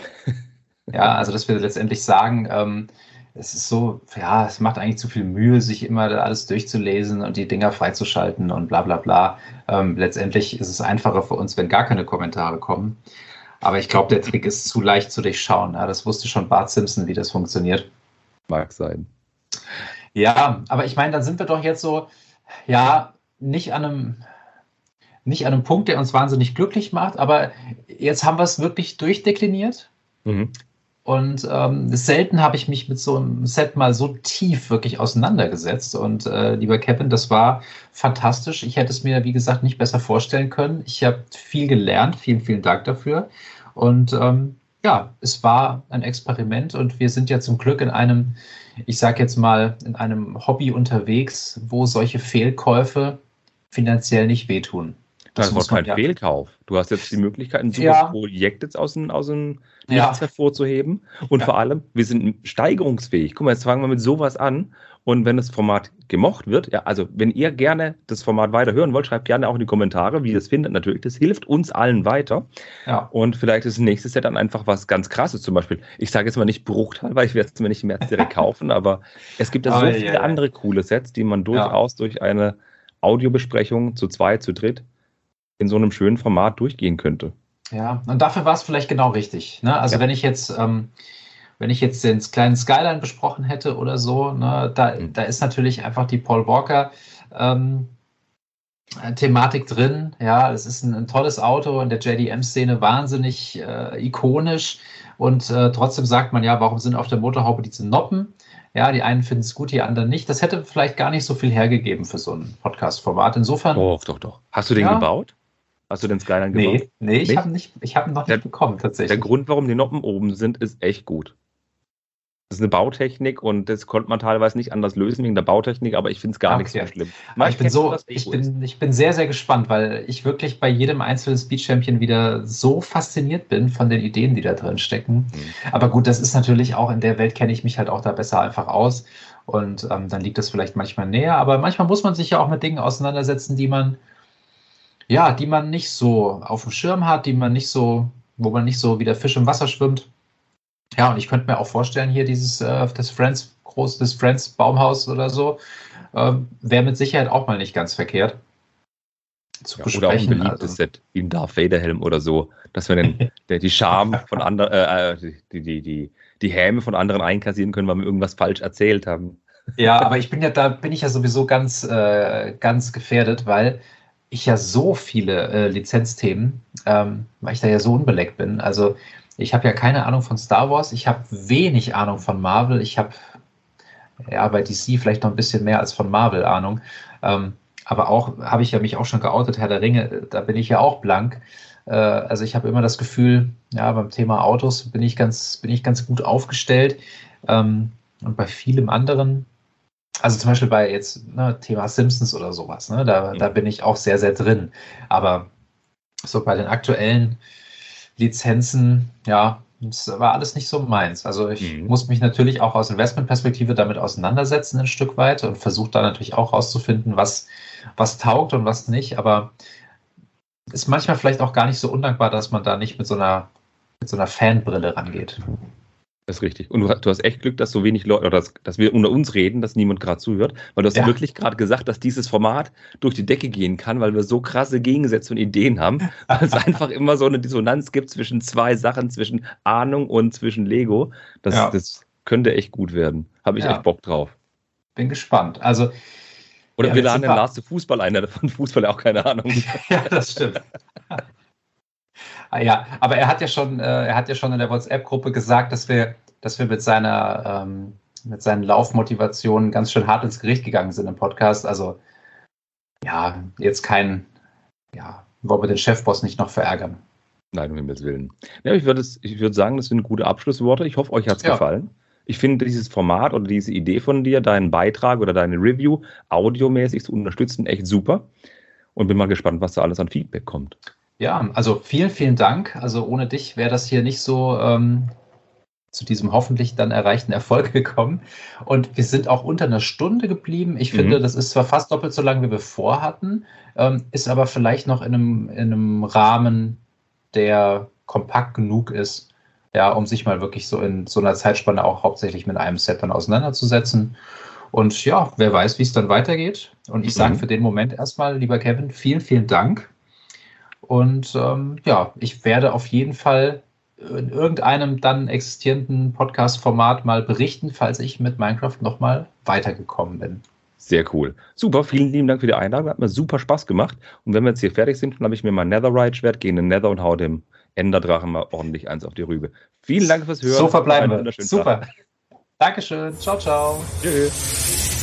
Ja, also dass wir letztendlich sagen, ähm, es ist so, ja, es macht eigentlich zu viel Mühe, sich immer da alles durchzulesen und die Dinger freizuschalten und bla bla bla. Ähm, letztendlich ist es einfacher für uns, wenn gar keine Kommentare kommen. Aber ich glaube, der Trick ist zu leicht zu durchschauen. Ja, das wusste schon Bart Simpson, wie das funktioniert. Mag sein. Ja, aber ich meine, dann sind wir doch jetzt so, ja, nicht an einem, nicht an einem Punkt, der uns wahnsinnig glücklich macht, aber jetzt haben wir es wirklich durchdekliniert. Mhm. Und ähm, selten habe ich mich mit so einem Set mal so tief wirklich auseinandergesetzt. Und äh, lieber Kevin, das war fantastisch. Ich hätte es mir, wie gesagt, nicht besser vorstellen können. Ich habe viel gelernt. Vielen, vielen Dank dafür. Und ähm, ja, es war ein Experiment. Und wir sind ja zum Glück in einem, ich sage jetzt mal, in einem Hobby unterwegs, wo solche Fehlkäufe finanziell nicht wehtun. Das, das war muss man kein ja- Fehlkauf. Du hast jetzt die Möglichkeit, ein super Ja. Projekt jetzt aus dem, aus dem Ja. Nichts hervorzuheben. Und Ja. vor allem, wir sind steigerungsfähig. Guck mal, jetzt fangen wir mit sowas an. Und wenn das Format gemocht wird, ja, also wenn ihr gerne das Format weiter hören wollt, schreibt gerne auch in die Kommentare, wie ihr es findet. Natürlich, das hilft uns allen weiter. Ja. Und vielleicht ist das nächste Set dann einfach was ganz Krasses. Zum Beispiel, ich sage jetzt mal nicht Bruchteil, weil ich werde es mir nicht mehr direkt kaufen, aber es gibt ja so Oh, ja, viele ja. andere coole Sets, die man durchaus durch eine Audiobesprechung zu zweit, zu dritt in so einem schönen Format durchgehen könnte. Ja, und dafür war es vielleicht genau richtig. Ne? Also Ja. wenn ich jetzt, ähm, wenn ich jetzt den kleinen Skyline besprochen hätte oder so, ne, da, Mhm. da ist natürlich einfach die Paul Walker ähm, Thematik drin. Ja, es ist ein, ein tolles Auto in der J D M-Szene wahnsinnig äh, ikonisch. Und äh, trotzdem sagt man ja, warum sind auf der Motorhaube diese Noppen? Ja, die einen finden es gut, die anderen nicht. Das hätte vielleicht gar nicht so viel hergegeben für so ein Podcast-Format. Insofern. Doch, doch, doch. Hast du den Ja. gebaut? Hast du den Skyline gebaut? Nee, nee, ich Nicht? habe nicht, ich habe ihn noch nicht Der- bekommen, tatsächlich. Der Grund, warum die Noppen oben sind, ist echt gut. Das ist eine Bautechnik und das konnte man teilweise nicht anders lösen wegen der Bautechnik, aber ich finde es gar Okay. nicht so schlimm. Aber ich bin kenne so, das ich Ego bin, ich bin sehr, sehr gespannt, weil ich wirklich bei jedem einzelnen Speed Champion wieder so fasziniert bin von den Ideen, die da drin stecken. Mhm. Aber gut, das ist natürlich auch, in der Welt kenne ich mich halt auch da besser einfach aus. Und ähm, dann liegt das vielleicht manchmal näher. Aber manchmal muss man sich ja auch mit Dingen auseinandersetzen, die man, ja, die man nicht so auf dem Schirm hat, die man nicht so, wo man nicht so wie der Fisch im Wasser schwimmt. Ja, und ich könnte mir auch vorstellen, hier dieses, äh, das Friends, groß, das Friends Baumhaus oder so, ähm, wäre mit Sicherheit auch mal nicht ganz verkehrt zu Ja, oder auch ein besprechen. beliebtes Also, Set wie ein Darth Vader Helm oder so, dass wir den, der, die Scham von anderen, äh, die, die, die, die Häme von anderen einkassieren können, weil wir irgendwas falsch erzählt haben. ja, aber ich bin ja, da bin ich ja sowieso ganz, äh, ganz gefährdet, weil ich ja so viele äh, Lizenzthemen, ähm, weil ich da ja so unbeleckt bin. Also ich habe ja keine Ahnung von Star Wars, ich habe wenig Ahnung von Marvel, ich habe ja bei D C vielleicht noch ein bisschen mehr als von Marvel Ahnung. Ähm, aber auch habe ich ja mich auch schon geoutet, Herr der Ringe, da bin ich ja auch blank. Äh, also ich habe immer das Gefühl, ja, beim Thema Autos bin ich ganz, bin ich ganz gut aufgestellt. Ähm, und bei vielem anderen, also zum Beispiel bei jetzt ne, Thema Simpsons oder sowas, ne, da, da bin ich auch sehr, sehr drin. Aber so bei den aktuellen Lizenzen, ja, das war alles nicht so meins. Also ich Mhm. muss mich natürlich auch aus Investmentperspektive damit auseinandersetzen ein Stück weit und versuche da natürlich auch rauszufinden, was, was taugt und was nicht. Aber ist manchmal vielleicht auch gar nicht so undankbar, dass man da nicht mit so einer, mit so einer Fanbrille rangeht. Das ist richtig. Und du, du hast echt Glück, dass so wenig Leute, oder dass, dass wir unter uns reden, dass niemand gerade zuhört, weil du hast Ja. wirklich gerade gesagt, dass dieses Format durch die Decke gehen kann, weil wir so krasse Gegensätze und Ideen haben, weil es einfach immer so eine Dissonanz gibt zwischen zwei Sachen, zwischen Ahnung und zwischen Lego. Das, Ja. das könnte echt gut werden. Habe ich Ja. echt Bock drauf. Bin gespannt. Also, Oder Ja, wir jetzt laden sind den wir- Lars zu Fußball ein, der hat von Fußball auch keine Ahnung. ja, das stimmt. Ah, ja, aber er hat ja schon, äh, er hat ja schon in der WhatsApp-Gruppe gesagt, dass wir, dass wir mit seiner, ähm, mit seinen Laufmotivationen ganz schön hart ins Gericht gegangen sind im Podcast. Also ja, jetzt kein, ja, wollen wir den Chefboss nicht noch verärgern. Nein, um Himmels Willen. Ja, ich würde es- ich würde sagen, das sind gute Abschlussworte. Ich hoffe, euch hat es Ja. gefallen. Ich finde dieses Format oder diese Idee von dir, deinen Beitrag oder deine Review audiomäßig zu unterstützen, echt super. Und bin mal gespannt, was da alles an Feedback kommt. Ja, also vielen, vielen Dank. Also ohne dich wäre das hier nicht so ähm, zu diesem hoffentlich dann erreichten Erfolg gekommen. Und wir sind auch unter einer Stunde geblieben. Ich mhm. finde, das ist zwar fast doppelt so lang, wie wir vorhatten, ähm, ist aber vielleicht noch in einem, in einem Rahmen, der kompakt genug ist, ja, um sich mal wirklich so in so einer Zeitspanne auch hauptsächlich mit einem Set dann auseinanderzusetzen. Und ja, wer weiß, wie es dann weitergeht. Und ich mhm. sage für den Moment erstmal, lieber Kevin, vielen, vielen Dank. Und ähm, ja, ich werde auf jeden Fall in irgendeinem dann existierenden Podcast-Format mal berichten, falls ich mit Minecraft nochmal weitergekommen bin. Sehr cool. Super, vielen lieben Dank für die Einladung. Hat mir super Spaß gemacht. Und wenn wir jetzt hier fertig sind, dann habe ich mir mein Netherite-Schwert, gehe in den Nether und hau dem Enderdrachen mal ordentlich eins auf die Rübe. Vielen Dank fürs Hören. So verbleiben wir. Super. Tag. Dankeschön. Ciao, ciao. Tschüss.